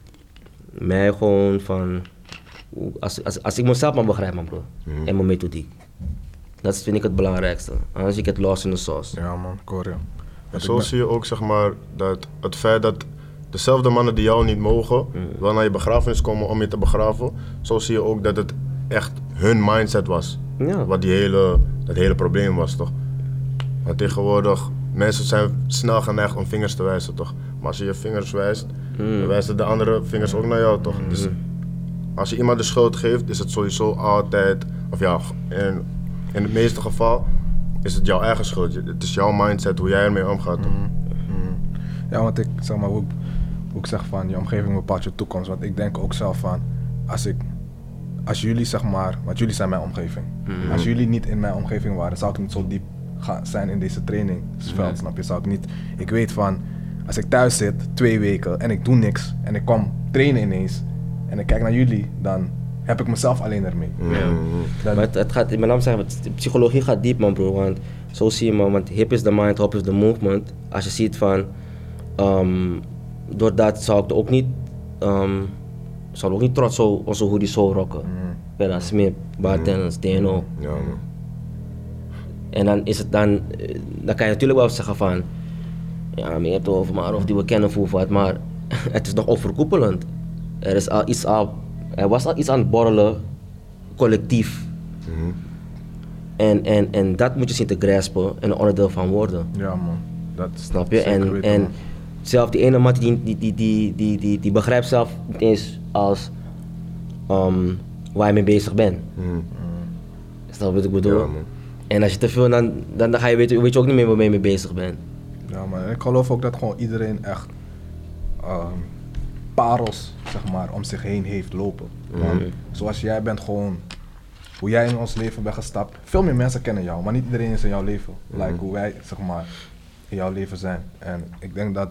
mij gewoon van, hoe- als, als, als ik mezelf maar begrijp, man bro, Mhm. en mijn methodiek. Dat is, vind ik het belangrijkste. Anders ik het lost in de sauce. Ja, man, ik hoor je. En Want zo ik ben- zie je ook zeg maar dat het feit dat dezelfde mannen die jou niet mogen, wel naar je begrafenis komen om je te begraven, zo zie je ook dat het echt hun mindset was. Ja. Wat die hele, dat hele probleem was toch. Want tegenwoordig, mensen zijn snel geneigd om vingers te wijzen toch. Maar als je je vingers wijst, dan wijzen de andere vingers ook naar jou toch. Dus als je iemand de schuld geeft, is het sowieso altijd, of ja, in, in het meeste geval is het jouw eigen schuld. Het is jouw mindset, hoe jij ermee omgaat toch. Ja, want ik zeg maar, hoe, ik- hoe ik zeg van, je omgeving bepaalt je toekomst. Want ik denk ook zelf van, als ik, als jullie zeg maar, want jullie zijn mijn omgeving. Als jullie niet in mijn omgeving waren, zou ik niet zo diep gaan zijn in deze trainingsveld, snap je? Zou ik niet, ik weet van, als ik thuis zit, twee weken, en ik doe niks, en ik kwam trainen ineens, en ik kijk naar jullie, dan heb ik mezelf alleen ermee. Mhm. Dan- Maar het, het gaat, mijn naam zeggen, het- de psychologie gaat diep, man bro. Want zo zie je man, want hip is the mind, hop is the movement. Als je ziet van, um, doordat zou ik er ook niet, um, zou ik ook niet trots zo, onze hoodie zo rocken. Ja, dat is meer bartenders, T N O. Ja man. En dan is het dan, eh, dan kan je natuurlijk wel zeggen van, ja, maar je hebt het over maar of die we kennen of wat, maar het is nog overkoepelend. Er is al iets al, er was al iets aan het borrelen, collectief. Mhm. En, en, en dat moet je zien te graspen en een onderdeel van worden. Ja, man. Dat is Snap je? zeker En, weten, en man. zelf die ene man die, die, die, die, die, die, die begrijpt zelf niet eens als um, waar je mee bezig bent. Mhm. Snap je wat ik bedoel? Ja, man. En als je te veel, dan, dan, dan ga je weten, weet je ook niet meer waar je mee bezig bent. Ja, maar ik geloof ook dat gewoon iedereen echt ehm, parels, zeg maar, om zich heen heeft lopen. Want zoals jij bent gewoon, hoe jij in ons leven bent gestapt, veel meer mensen kennen jou, maar niet iedereen is in jouw leven. Like hoe wij, zeg maar, in jouw leven zijn. En ik denk dat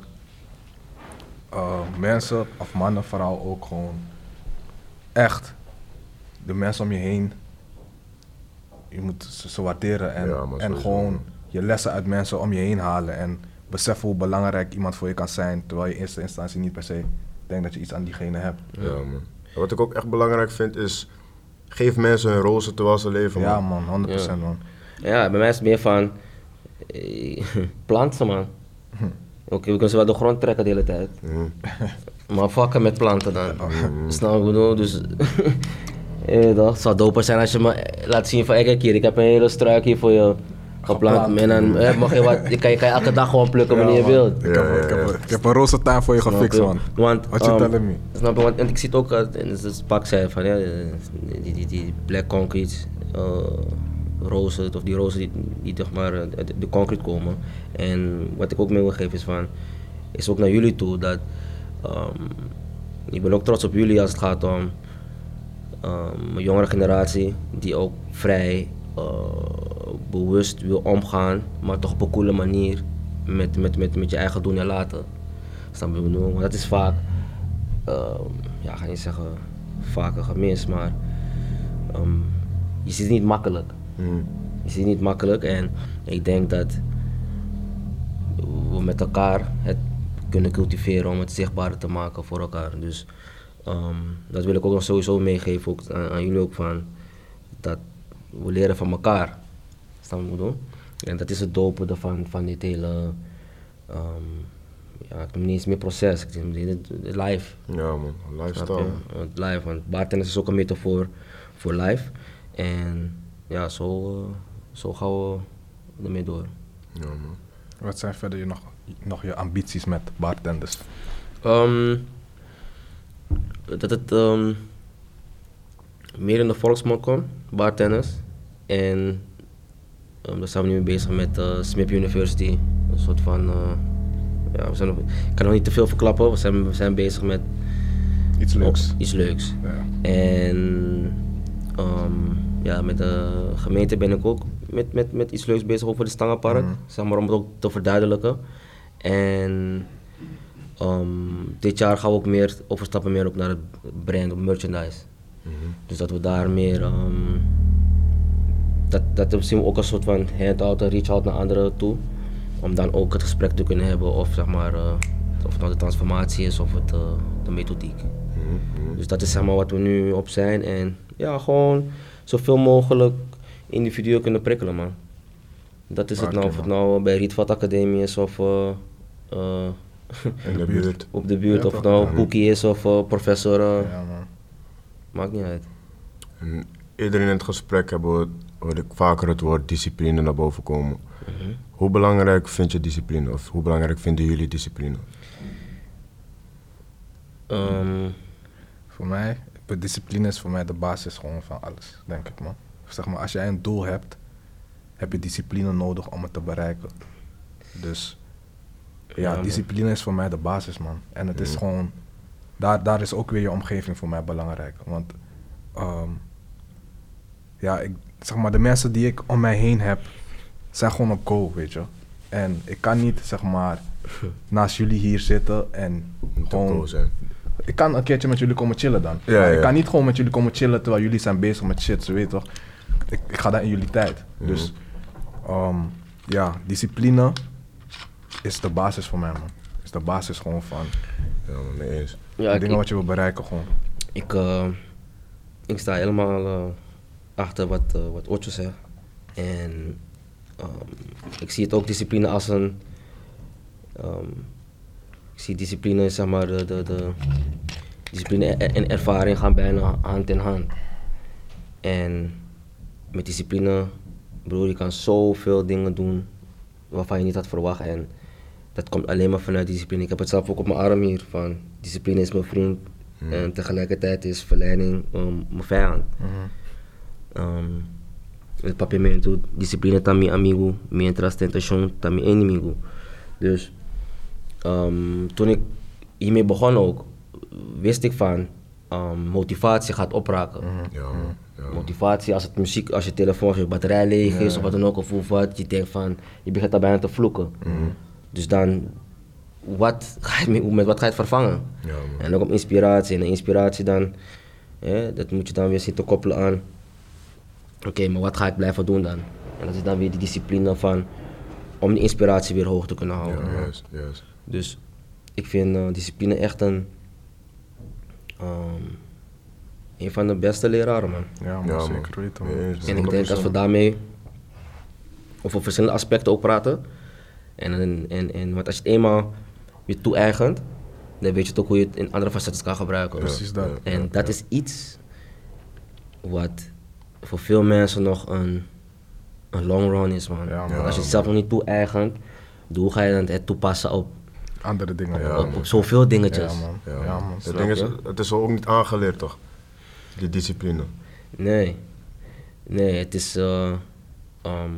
eh, mensen, of mannen vooral ook gewoon, echt de mensen om je heen, je moet ze, ze waarderen en, Ja, maar en sowieso, gewoon man. je lessen uit mensen om je heen halen en beseffen hoe belangrijk iemand voor je kan zijn, terwijl je in eerste instantie niet per se denkt dat je iets aan diegene hebt. Ja man. En wat ik ook echt belangrijk vind is, geef mensen hun rozen terwijl ze leven man. Ja man, honderd procent Ja. man. Ja, bij mij is het meer van, eh, plant ze man. Oké, we kunnen ze wel de grond trekken de hele tijd. Mm. Maar fucken met planten dan. Snap je wat ik bedoel? Dus... ja, toch? Het zou doper zijn als je me laat zien van, hey, kijk hier, ik heb een hele struik hier voor je geplant. Geplant. En dan eh, mag je wat, je kan, je kan je elke dag gewoon plukken wanneer je man. wilt. Ik, heb, Ja, ik, ja, heb, ja. ik heb een roze tuin voor je Snap gefixt, je? man. Want, Wat je um, telling me? Snap je? Want en ik zie het ook, uh, en dus Pak zei van, ja, die, die, die black concrete, uh, rozen, of die rozen die, die zeg maar, uh, de, de concrete komen. En wat ik ook mee wil geven is van, is ook naar jullie toe, dat um, ik ben ook trots op jullie als het gaat om um, een jongere generatie die ook vrij uh, bewust wil omgaan, maar toch op een coole manier met, met, met, met je eigen doen en laten. Snap je wat ik bedoel? Want dat is vaak, uh, ja, ga je niet zeggen vaker gemist, maar um, je ziet het niet makkelijk. Mm. Je ziet het niet makkelijk en ik denk dat we met elkaar het kunnen cultiveren om het zichtbaarder te maken voor elkaar. Dus um, dat wil ik ook nog sowieso meegeven ook aan, aan jullie ook van, dat we leren van elkaar. Snap je wat ik bedoel? En dat is het dope van, van dit hele, um, ja, ik noem het niet eens meer proces, ik noem het het live. Ja man, Snap lifestyle. je? Het live, want bartenders is ook een metafoor voor live. En ja, zo, uh, zo gaan we ermee door. Ja man. Wat zijn verder je nog, nog je ambities met bartenders? Um, dat het um, meer in de volksmond komt, bartenders. En um, daar zijn we nu mee bezig met uh, Smith University. Een soort van, uh, ja, we zijn nog, ik kan nog niet te veel verklappen, we zijn, we zijn bezig met Iets leuks. oh, iets leuks. Ja. En um, ja, met de gemeente ben ik ook met, met, met iets leuks bezig over de Stangenpark. Mhm. Zeg maar om het ook te verduidelijken. En um, dit jaar gaan we ook meer overstappen meer ook naar het brand, op merchandise. Mhm. Dus dat we daar meer, um, dat, dat zien we ook een soort van hand-out en reach-out naar anderen toe. Om dan ook het gesprek te kunnen hebben of zeg maar, uh, of het nou de transformatie is of het, uh, de methodiek. Mhm, mhm. Dus dat is zeg maar wat we nu op zijn en ja, gewoon zoveel mogelijk individuen kunnen prikkelen, man. Dat is het nou, of het nou bij Rietveld Academie is of uh, uh, In de buurt. op de buurt, Ja, of het toch? nou Ja. Poekie is of uh, professor, uh, Ja, man. maakt niet uit. En eerder in het gesprek hebben we, hoorde ik vaker het woord discipline naar boven komen. Mhm. Hoe belangrijk vind je discipline of hoe belangrijk vinden jullie discipline? Um, Voor mij, discipline is voor mij de basis gewoon van alles, denk ik, man. Zeg maar, als jij een doel hebt, heb je discipline nodig om het te bereiken. Dus ja, Ja, man. discipline is voor mij de basis, man. En het is Mhm. gewoon, daar, daar is ook weer je omgeving voor mij belangrijk. Want ehm, ja, ik, zeg maar, de mensen die ik om mij heen heb, zijn gewoon op go, weet je. En ik kan niet, zeg maar, naast jullie hier zitten en Moet gewoon... ook zijn. Ik kan een keertje met jullie komen chillen dan. Ja, Maar ja. ik kan niet gewoon met jullie komen chillen terwijl jullie zijn bezig met shit, ze weet toch. Ik, ik ga daar in jullie tijd. Mhm. Dus ehm, ja, discipline is de basis voor mij, man. Is de basis gewoon van Ja, man, mee eens. ja, de ik, dingen wat je wil bereiken gewoon. ik, uh, ik sta helemaal uh, achter wat, uh, wat Otjo zegt. En um, ik zie het ook discipline als een... Um, ik zie discipline, zeg maar, de, de, de discipline en en ervaring gaan bijna hand in hand. En met discipline, broer, je kan zoveel dingen doen waarvan je niet had verwacht. En dat komt alleen maar vanuit discipline. Ik heb het zelf ook op mijn arm hier, van discipline is mijn vriend. Hmm. En tegelijkertijd is verleiding um, mijn vijand. Mhm. Um, el papiamento, disciplina está mi amigo, mientras tentación está mi enemigo. Dus um, toen ik hiermee begon ook, wist ik van um, motivatie gaat opraken. Mhm. Ja, man. Ja, man. Motivatie als het muziek, als je telefoon, als je batterij leeg is Ja. of wat dan ook, of, of wat, je denkt van, je begint daar bijna te vloeken. Mhm. Dus dan, wat ga je, mee- met wat ga je het vervangen? Ja, man. En ook op inspiratie. En de inspiratie dan, hè, dat moet je dan weer zien te koppelen aan, oké, maar wat ga ik blijven doen dan? En dat is dan weer die discipline van, om die inspiratie weer hoog te kunnen houden. Ja, juist, juist. Dus ik vind uh, discipline echt een, um, een van de beste leraren, man. Ja, man, Ja, man. zeker weten, man. Mee eens, man. En ik denk als we daarmee over verschillende aspecten ook praten, En, en, en, en want als je het eenmaal je toe-eigent, dan weet je toch hoe je het in andere facetten kan gebruiken. Precies dat. En Ja, dat ja. is iets wat voor veel mensen nog een, een long run is, man. Ja, man. Want als je het zelf nog niet toe-eigent, hoe ga je dan het toepassen op, Andere dingen. Ja, op, op zoveel dingetjes? Ja, man. Ja, Ja, man. Het Snap ding is, je? het is ook niet aangeleerd toch? Die discipline. Nee. Nee, het is... eh, ehm,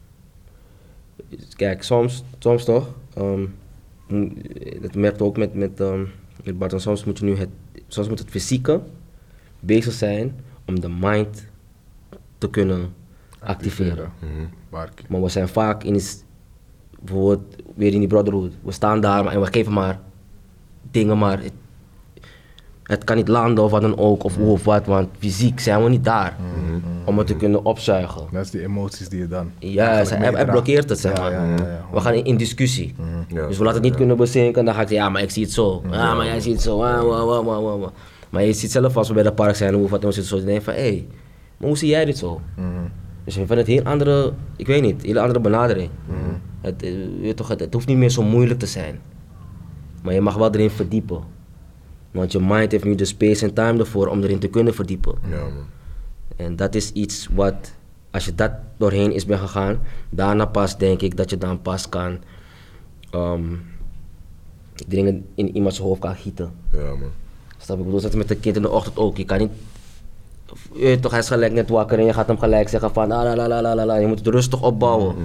kijk, soms, soms toch... ehm, mo- dat merkt ook met, met, ehm, met Bart, en soms moet je nu het... Soms moet het fysieke bezig zijn om de mind te kunnen activeren. Mhm. Barkie. Maar we zijn vaak in iets... Bijvoorbeeld weer in die brotherhood. We staan daar en we geven maar dingen, maar... Het, het kan niet landen of wat dan ook, of hoe of wat, want fysiek zijn we niet daar om het te kunnen opzuigen. Dat is die emoties die je dan. Ja, eigenlijk hij, hij meedraagt. blokkeert het, zeg Ja, maar. ja, ja, ja. We gaan in, in discussie. Ja. Dus we laten het niet Ja. kunnen bezinken, dan ga ik zeggen, ja, maar ik zie het zo. Ja, maar jij ziet het zo. Ah, wah, wah, wah, wah, wah. Maar je ziet zelf als we bij de park zijn, hoe wat dan zit zo, dan denk je van, hé, hey, maar hoe zie jij dit zo? Mhm. Dus ik vind het heel andere, ik weet niet, hele andere benadering. Het, eh, je weet toch, het, het hoeft niet meer zo moeilijk te zijn. Maar je mag wel erin verdiepen. Want je mind heeft nu de space en time ervoor om erin te kunnen verdiepen. Ja, man. En dat is iets wat, als je dat doorheen is bent gegaan, daarna pas denk ik dat je dan pas kan ehm, dingen in iemands hoofd kan gieten. Ja, man. Snap je? Ik bedoel, dat is met een kind in de ochtend ook. Je kan niet, je weet toch, hij is gelijk net wakker en je gaat hem gelijk zeggen van, ah, la, la, la, la, la, la. Je moet het rustig opbouwen.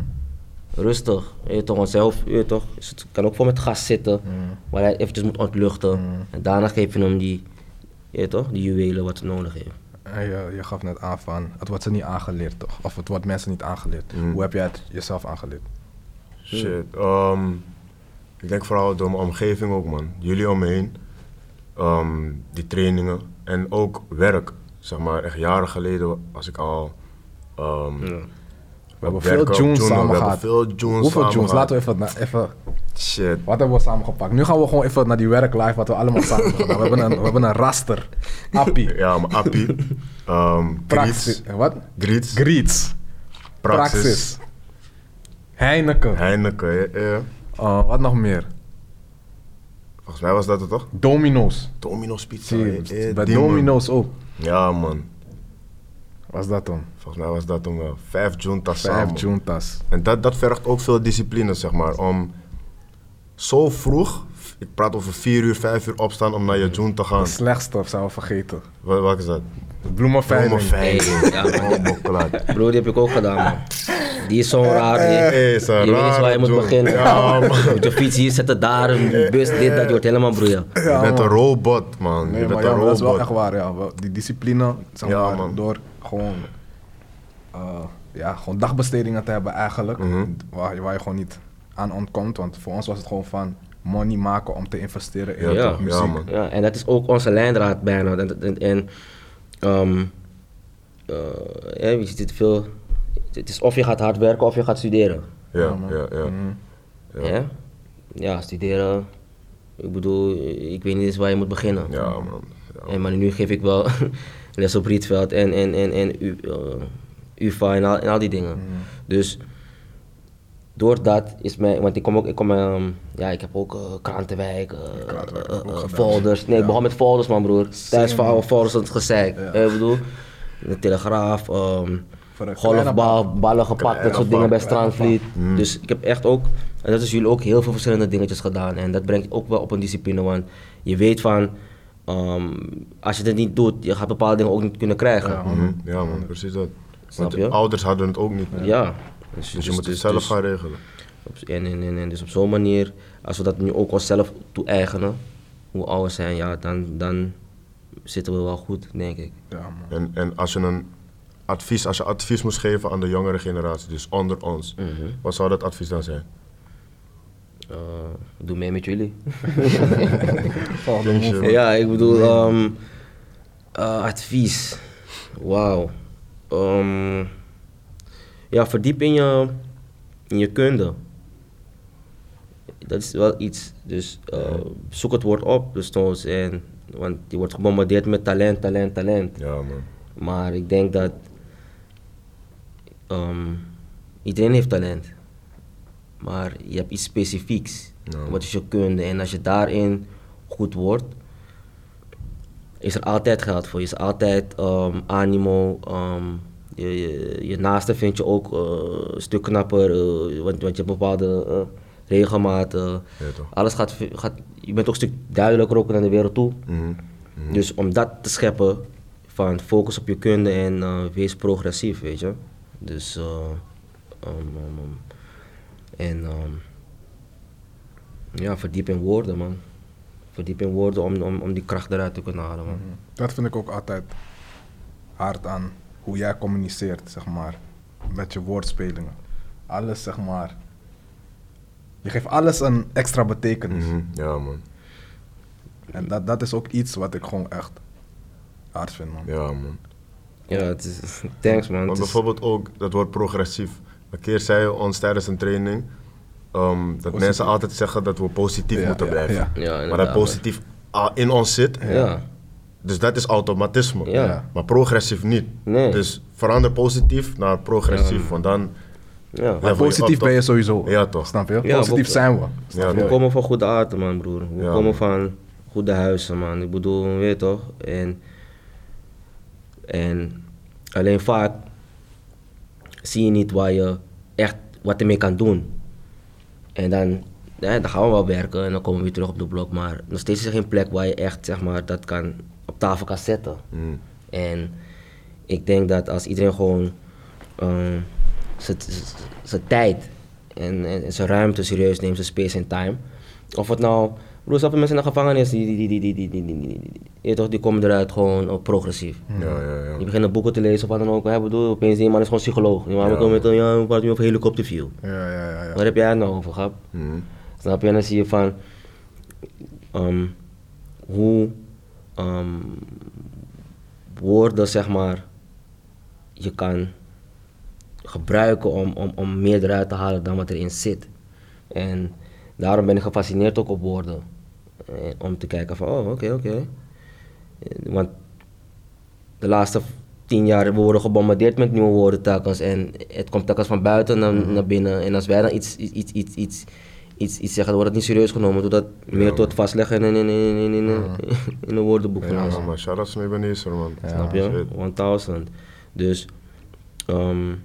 Rustig, je weet toch, want zijn hoofd, je weet toch, is het kan ook vol met gas zitten, waar hij eventjes moet ontluchten. En daarna geef je hem die, je weet toch, die juwelen wat ze nodig heeft. En je, je gaf net aan van, het wordt ze niet aangeleerd toch? Of het wordt mensen niet aangeleerd. Mm. Hoe heb jij het jezelf aangeleerd? Shit. ehm, ik denk vooral door mijn omgeving ook, man. Jullie om me heen. Ehm, die trainingen. En ook werk. Zeg maar, echt jaren geleden was ik al... ehm, We hebben op veel werk, op tunes tunen. samen We gehad. hebben veel tunes Hoeveel samen tunes? gehad. Laten we even, na- even... Shit. Wat hebben we samen gepakt? Nu gaan we gewoon even naar die werklife wat we allemaal samen hebben gedaan. We hebben een, we hebben een raster. Appie. Ja, mijn appie. ehm Praxis. Griets. Wat? Griets. Griets. Praxis. Praxis. Heineken. Heineken, ja, ja. Uh, wat nog meer? Volgens mij was dat het toch? Domino's. Domino's Pizza. Zie je, ja, ja, bij die, man. Domino's ook. Ja, man. Was dat dan? Volgens mij was dat toen wel. Vijf juntas Vijf samen. juntas. En dat, dat vergt ook veel discipline, zeg maar. Om zo vroeg, ik praat over vier uur, vijf uur opstaan om naar je jun te gaan. De slechtste zijn we vergeten. Wat, wat is dat? Bloemenveiling. Bloemenveiling. Hey, ja, man. Oh, bokklaar. Broer, die heb ik ook gedaan, man. Die is zo raar. Je, Hey, is een je weet niet rare waar je moet joint. beginnen. Ja, man. Je moet je fiets hier zetten, daar, een bus, dit, dat. Je wordt helemaal broeien. Je bent een robot, man. Nee, je maar bent ja, een maar dat is wel robot. echt waar, ja. Wel, die discipline, zeg Ja, maar, man. door gewoon, eh, ja, gewoon dagbestedingen te hebben eigenlijk, Mhm. waar, je- waar je gewoon niet aan ontkomt. Want voor ons was het gewoon van money maken om te investeren in Ja, Ja. toch? muziek. Ja, man. Ja, en dat is ook onze lijndraad bijna. En, en, en ehm, eh, ja, je ziet het veel. Het is of je gaat hard werken of je gaat studeren. Ja, man. ja, ja. Mhm. Ja. Ja, ja studeren. Ik bedoel, ik weet niet eens waar je moet beginnen. Ja, man. Ja. En, maar nu geef ik wel les op Rietveld en, en, en, en U- eh, U V A en al, en al die dingen. Dus door dat is mijn, want ik kom ook, ik kom, ehm, ja, ik heb ook uh, Krantenwijk, eh, Krantenwijk eh, ook eh, gedaan. folders. Nee, ik Ja. begon met folders, man, broer. Thuisvouwen, folders, dat is gezeik. Ja. Eh, ik bedoel, de Telegraaf, ehm Voor een kleine golfbal, ballen gepakt, Kleine dat soort bal, dingen bij kleine Strandvliet. Mm. Dus ik heb echt ook, en dat is jullie ook, heel veel verschillende dingetjes gedaan. En dat brengt ook wel op een discipline, want je weet van, ehm, als je het niet doet, je gaat bepaalde dingen ook niet kunnen krijgen. Ja. Mhm. Ja, man, precies dat. Snap Want je? de ouders hadden het ook niet. Ja. Dus je moet het zelf dus- gaan regelen. Op, en, en, en, en dus op zo'n manier, als we dat nu ook onszelf toe-eigenen, hoe ouder zijn, ja, dan, dan zitten we wel goed, denk ik. Ja, man. En, en als je een advies, als je advies moest geven aan de jongere generatie, dus onder ons, wat zou dat advies dan zijn? Uh, doe mee met jullie. Volgende Denk je- move. Ja, ik bedoel, ehm, eh, advies. Wauw. Ehm, ja, verdiep in je, in je kunde. Dat is wel iets. Dus eh, zoek het woord op, dus Stones. En, want je wordt gebombardeerd met talent, talent, talent. Ja, man. Maar ik denk dat ehm, iedereen heeft talent. maar je hebt iets specifieks. Ja. Wat is je kunde? En als je daarin goed wordt, is er altijd geld voor. Je is altijd um, animo. Um, je, je, je naaste vind je ook uh, een stuk knapper, uh, want, want je hebt bepaalde uh, regelmaat. Uh, Ja, toch. alles gaat, gaat, je bent ook een stuk duidelijker ook naar de wereld toe. Mhm. Mhm. Dus om dat te scheppen, van focus op je kunde en uh, wees progressief, weet je. Dus, uh, um, um, um, en um, ja, verdiep in woorden, man. Verdiep in woorden om, om, om die kracht eruit te kunnen halen, man. Dat vind ik ook altijd hard aan hoe jij communiceert, zeg maar, met je woordspelingen. Alles, zeg maar. Je geeft alles een extra betekenis. Mhm. Ja, man. En dat, dat is ook iets wat ik gewoon echt hard vind, man. Ja, man. Ja, het is, thanks, man. Want Het is- bijvoorbeeld ook, dat wordt progressief. Een keer zei je ons tijdens een training, um, dat Positief. mensen altijd zeggen dat we positief Ja, moeten ja, blijven. ja. Ja, Maar inderdaad, dat positief al in ons zit, man. Ja. dus dat is automatisme. Ja. Maar progressief niet. Nee. Dus verander positief naar progressief, Ja. want dan... Ja. Maar level je positief op, ben je toch? sowieso. Ja, toch. Snap je? Ja, Positief ook- zijn we. Ja, We toch. komen van goede aarde, man, broer. We Ja, komen man. van goede huizen, man. Ik bedoel, weet je toch? En, en alleen vaak zie je niet waar je echt wat ermee kan doen. En dan, ja, dan gaan we wel werken en dan komen we weer terug op de blok. Maar nog steeds is er geen plek waar je echt, zeg maar, dat kan, op tafel kan zetten. Mm. En ik denk dat als iedereen gewoon um, zijn- zijn tijd en, en, en zijn ruimte serieus neemt, zijn space en time. Of het nou, broer, snap je, mensen in de gevangenis, die, die, die, die, die, die, die, die, die, die, die, die, toch, die komen eruit gewoon uh, progressief. Ja, ja, ja. Die beginnen boeken te lezen of wat dan ook. Hè, bedoel, opeens die man is gewoon psycholoog. Die man Ja. komt met een, ja, we praten nu over helikopterview. Ja, ja, ja. ja. Waar heb jij het nou over, grap? Mm. Snap je? En dan zie je van um, hoe um, woorden, zeg maar, je kan gebruiken om, om, om meer eruit te halen dan wat erin zit. En daarom ben ik gefascineerd ook op woorden. Eh, om te kijken van, oh, oké, oké. Eh, Want de laatste tien jaar we worden gebombardeerd met nieuwe woorden telkens. En het komt telkens van buiten naar, naar binnen. En als wij dan iets, iets, iets, iets, iets, iets, iets zeggen, dan wordt het niet serieus genomen. Doe dat meer Ja, tot vastleggen in, in, in, in, in, in, in een woordenboek van Ja, ons. man, maar shout-outs naar Ebenezer, man. Snap je? Shit. honderd. Dus ehm,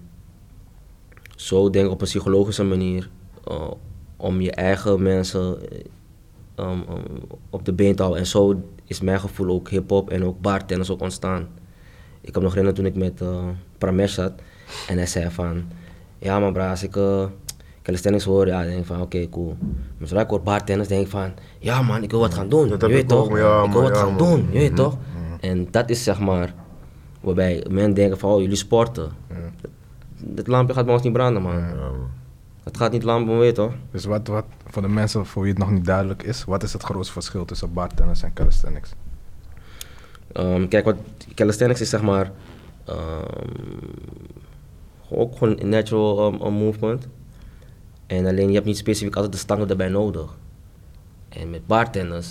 zo denk ik op een psychologische manier uh, om je eigen mensen uh, um, um, op de been te houden. En zo is mijn gevoel ook hip-hop en ook bartenders ook ontstaan. Ik heb nog herinnerd toen ik met uh, Pramesh zat en hij zei van, ja man bra, als ik uh, calisthenics hoor, ja, dan denk ik van oké, okay, cool. Maar zodra ik hoor bartenders, denk ik van, ja man, ik wil wat gaan doen, Dat je heb weet ik toch? ook, ja, ik wil man, wat ja, gaan man. doen, je weet Mhm. toch? En dat is zeg maar, waarbij mensen denken van, oh jullie sporten. Dat, dat lampje gaat bij ons niet branden man. Ja, man. Het gaat niet lampen, weet je toch? Dus wat, wat, voor de mensen voor wie het nog niet duidelijk is, wat is het grootste verschil tussen bartennis en calisthenics? Um, kijk, wat calisthenics is zeg maar um, ook gewoon een natural um, um, movement. En alleen je hebt niet specifiek altijd de stangen erbij nodig. En met bartenders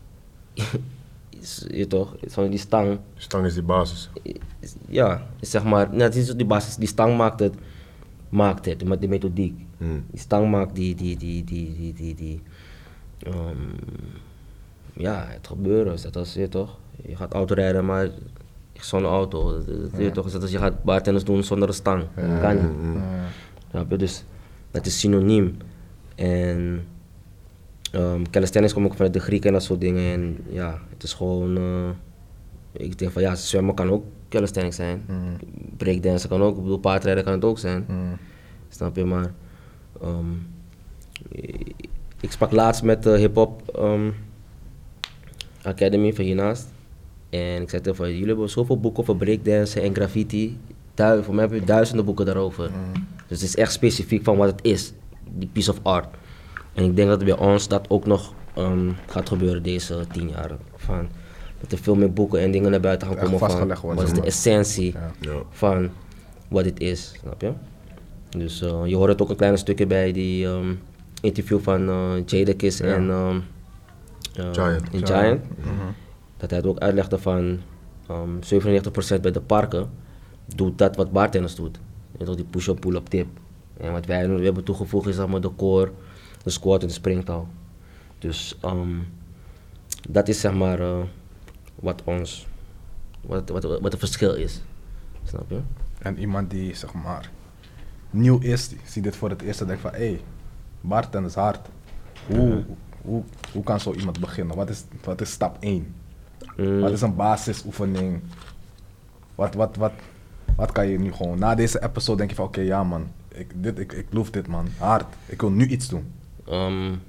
is je toch, is van die stang, Stang is die basis. is, ja, is zeg maar, net is die basis, die stang maakt het, maakt het met de methodiek. Mm. Die stang maakt die, die, die, die, die, die, die um, ja, het gebeuren, is dat als je toch, je gaat autorijden maar zonder auto, dat, dat, weet je toch, is dat als je gaat bartenders doen zonder een stang, Ja. kan niet. Mm, mm. Snap je? Dus dat is synoniem. En um, calisthenics komt ook vanuit de Grieken en dat soort dingen. En ja, het is gewoon. Uh, ik denk van ja, zwemmen kan ook calisthenics zijn. Mm. Breakdansen kan ook, ik bedoel, paardrijden kan het ook zijn. Mm. Snap je? Maar um, ik, ik sprak laatst met de Hip-Hop um, Academy van hiernaast. En ik zei tegen van jullie hebben zoveel boeken over breakdansen en graffiti. Du- voor mij heb je duizenden boeken daarover. Dus het is echt specifiek van wat het is, die piece of art. En ik denk dat bij ons dat ook nog um, gaat gebeuren deze tien jaar. Van, dat er veel meer boeken en dingen naar buiten gaan Echt komen van vastgelegd wordt, wat is zeg de maar. essentie Ja. Ja. van wat het is, snap je? Dus uh, je hoort het ook een klein stukje bij die um, interview van uh, Jadakiss Ja. en um, uh, Giant. in Giant. Giant. Mhm. Dat hij het ook uitlegde van um, zevenennegentig procent bij de parken doet dat wat bartenders doet. Je weet toch, die push-up, pull-up tip. En wat wij we hebben toegevoegd is zeg maar de core, de squat en de springtouw. Dus um, dat is zeg maar uh, wat ons, wat, wat, wat het verschil is. Snap je? En iemand die zeg maar nieuw is, die ziet dit voor het eerst en denkt van hé, hey, bartender is hard. Hoe, Mhm. hoe, hoe kan zo iemand beginnen? Wat is, wat is stap één? Mm. Wat is een basisoefening? Wat, wat, wat, wat kan je nu gewoon, na deze episode denk je van oké, ja man, ik, dit, ik, ik loof dit man, hard. Ik wil nu iets doen. Um,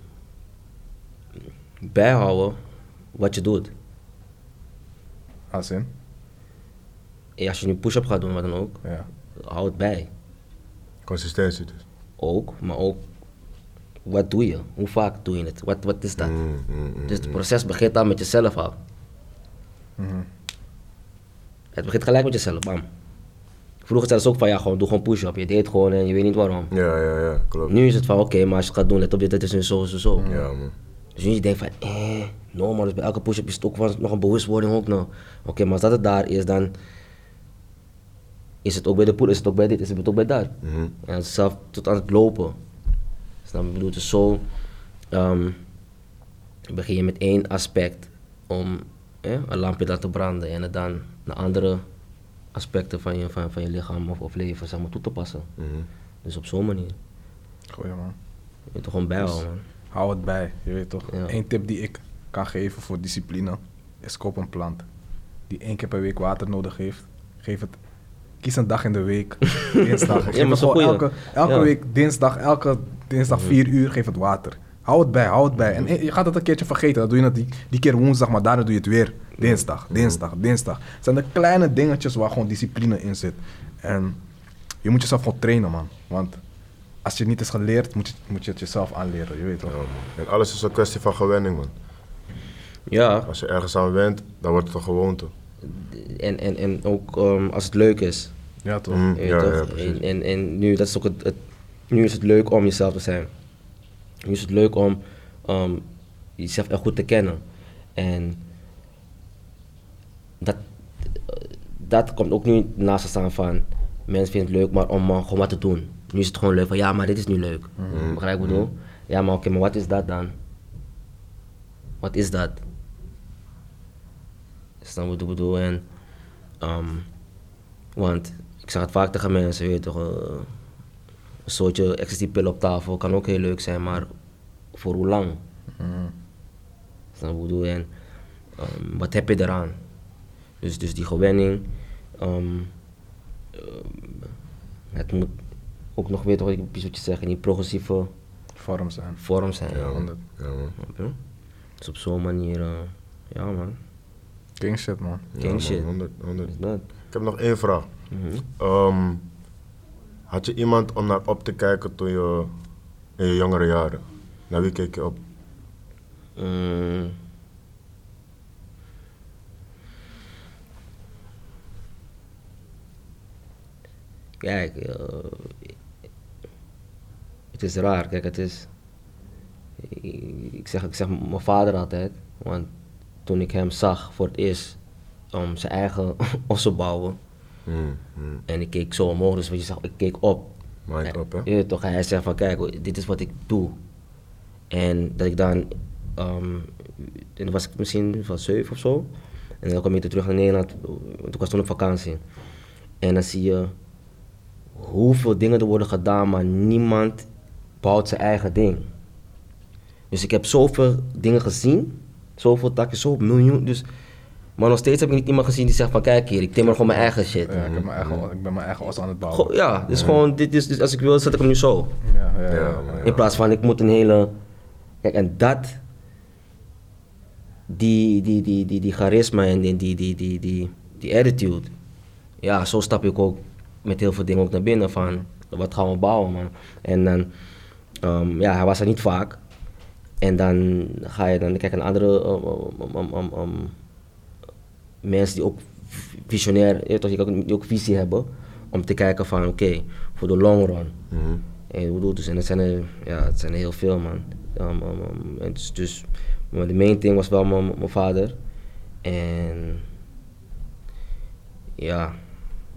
bijhouden wat je doet. Als in? En als je nu push-up gaat doen, wat dan ook, Ja. hou het bij. Consistentie dus. Ook, maar ook, wat doe je? Hoe vaak doe je het? Wat, wat is dat? Mm, mm, mm, Dus het mm. proces begint dan met jezelf al. Mhm. Het begint gelijk met jezelf, bam. Vroeger zeiden ze ook van, ja, gewoon, doe gewoon push-up. Je deed gewoon en je weet niet waarom. Ja, ja, ja, klopt. Nu is het van, oké, maar als je het gaat doen, let op dit, dit is nu zo, zo, zo. Ja, man. Dus nu je denkt van, eh, no man, dus bij elke push-up is het ook wel nog een bewustwording ook nog. Oké, maar als dat het daar is, dan is het ook bij de pull, is het ook bij dit, is het ook bij daar. Mhm. En zelf tot aan het lopen. Snap je? Ik bedoel, dus zo um, begin je met één aspect om eh, een lampje te laten branden en het dan naar andere aspecten van je, van, van je lichaam of, of leven zeg maar, toe te passen. Mhm. Dus op zo'n manier. Goeie man. Je moet er gewoon bijhouden, man. Hou het bij, je weet toch. Ja. Eén tip die ik kan geven voor discipline is koop een plant die één keer per week water nodig heeft. Geef het, kies een dag in de week, dinsdag. Geef Ja, maar het zo'n gewoon goeie. elke, elke Ja. week dinsdag, elke dinsdag vier uur, geef het water. Hou het bij, hou het bij. En eh, je gaat het een keertje vergeten, dan doe je het die, die keer woensdag, maar daarna doe je het weer. Dinsdag, dinsdag, dinsdag. Het zijn de kleine dingetjes waar gewoon discipline in zit. En je moet jezelf gewoon trainen, man. Want als je het niet is geleerd, moet je, moet je het jezelf aanleren, je weet toch. Ja, man. En alles is een kwestie van gewenning, man. Ja, Als je ergens aan went, dan wordt het een gewoonte. en, en, en ook um, als het leuk is. Ja, toch. Mhm. Je weet Ja, toch? ja, precies. en, en, en nu, dat is ook het, het, nu is het leuk om jezelf te zijn. Nu is het leuk om um, jezelf echt goed te kennen. En dat, dat komt ook nu naast te staan van, mensen vinden het leuk maar om uh, gewoon wat te doen. Nu is het gewoon leuk van, ja maar dit is nu leuk. Mhm. Begrijp je wat ik bedoel? Ja maar oké, maar wat is dat dan? Wat is dat? Snap je wat ik bedoel? En, um, want ik zeg het vaak tegen mensen, weet je toch, uh, een soortje ecstasy-pillen op tafel kan ook heel leuk zijn, maar voor hoe lang? Mhm. Snap je wat ik bedoel? En um, wat heb je eraan? Dus, dus die gewenning, um, um, het moet ook nog, weet je wat ik precies wat je zegt, in die progressieve Vorm zijn. vorm zijn. Ja, man. honderd. Ja, man. Snap je? Dus op zo'n manier, uh, ja man, King shit, man. Ja, King man. shit. honderd, honderd. is dat. Ik heb nog één vraag. Mhm. Ehm, had je iemand om naar op te kijken toen je in je jongere jaren? Naar wie keek je op? Mm. Kijk, eh, het is raar. Kijk, het is. Ik zeg, ik zeg mijn vader altijd, want toen ik hem zag voor het eerst om zijn eigen ossen bouwen Hmm, hmm. en ik keek zo omhoog, dus wat je zegt, ik keek op. Mind Hij- up, hè? je weet toch, hij zegt van kijk, dit is wat ik doe. En dat ik dan, um, en dan was ik misschien van zeven of zo. En dan kwam ik terug naar Nederland, want ik was toen op vakantie. En dan zie je hoeveel dingen er worden gedaan, maar niemand bouwt zijn eigen ding. Dus ik heb zoveel dingen gezien, zoveel takken, zoveel miljoen. Dus, maar nog steeds heb ik niet iemand gezien die zegt van kijk hier, ik timmer gewoon mijn eigen shit. Ja, ik, heb mijn eigen, ik ben mijn eigen os aan het bouwen. Go- ja, dus gewoon, dit is, dus als ik wil, zet ik hem nu zo. Ja, ja, ja. Ja, ja, man. ja. In plaats van ik moet een hele. Kijk, en dat. Die, die, die, die, die charisma en die, die, die, die, die, die attitude. Ja, zo stap ik ook met heel veel dingen ook naar binnen van wat gaan we bouwen, man. En dan, um, ja, hij was er niet vaak. En dan ga je dan kijken naar andere um, um, um, um, um, mensen die ook visionair, je weet toch, je kan die ook visie hebben. Om te kijken van oké, okay, voor de long run. Mhm. En ik bedoel, dus, en dat zijn er, ja, het zijn er heel veel, man. Um, um, um, en dus, dus, maar de main thing was wel mijn mijn vader. En ja,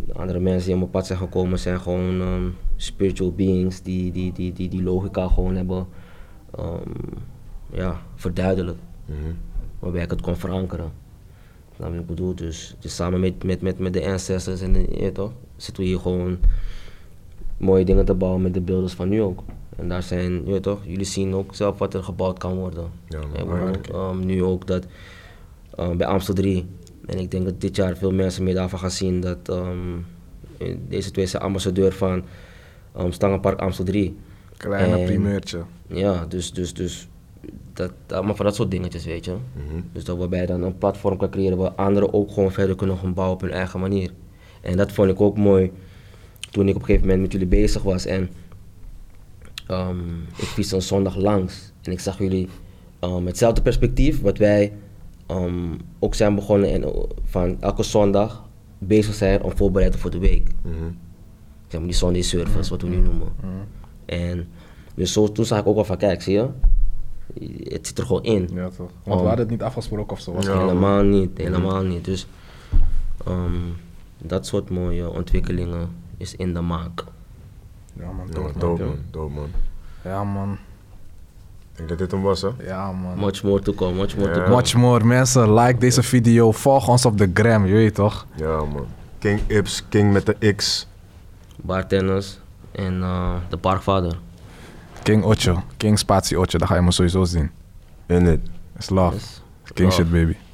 De andere mensen die op mijn pad zijn gekomen zijn gewoon um, spiritual beings die die, die, die die logica gewoon hebben um, ja, verduidelijkt. Mhm. Waarbij ik het kon verankeren. Nou, wat ik bedoel, dus, dus samen met, met, met, met de ancestors en de, ja, toch, zitten we hier gewoon mooie dingen te bouwen met de beelders van nu ook. En daar zijn, ja, toch, jullie zien ook zelf wat er gebouwd kan worden. Ja, man. Ja, bedoel, um, nu ook dat um, bij Amstel drie. En ik denk dat dit jaar veel mensen meer daarvan gaan zien dat um, deze twee zijn ambassadeur van um, Stangenpark Amstel drie. Kleine En- primeurtje. Ja, dus, dus, dus dat, allemaal van dat soort dingetjes, weet je. Mhm. Dus dat waarbij je dan een platform kan creëren waar anderen ook gewoon verder kunnen gaan bouwen op hun eigen manier. En dat vond ik ook mooi toen ik op een gegeven moment met jullie bezig was en um, ik fietste een zondag langs en ik zag jullie um, met hetzelfde perspectief wat wij um, ook zijn begonnen en uh, van elke zondag bezig zijn om voorbereiden voor de week. Mhm. Zeg maar die Sunday service, wat we nu noemen. En dus zo, toen zag ik ook wel van, kijk, zie je, het zit er gewoon in. Ja toch. Want Oh. we hadden het niet afgesproken of zo. Was Ja. het? Helemaal niet, helemaal niet. Dus um, dat soort mooie ontwikkelingen is in de maak. Ja man, Ja, dope, man. dope man, dope man. Ja man. Ik denk dat dit hem was, hè? Ja man. Much more to come, much more to Ja. come. Much more. Mensen, like deze video. Volg ons op de gram, je weet toch? Ja, man. King Ips, King met de X. Bartenders en uh, de Parkvader. King Ocho. King Spatie Ocho, dat ga je me sowieso zien. In it. It's love. Yes. King Love. shit baby.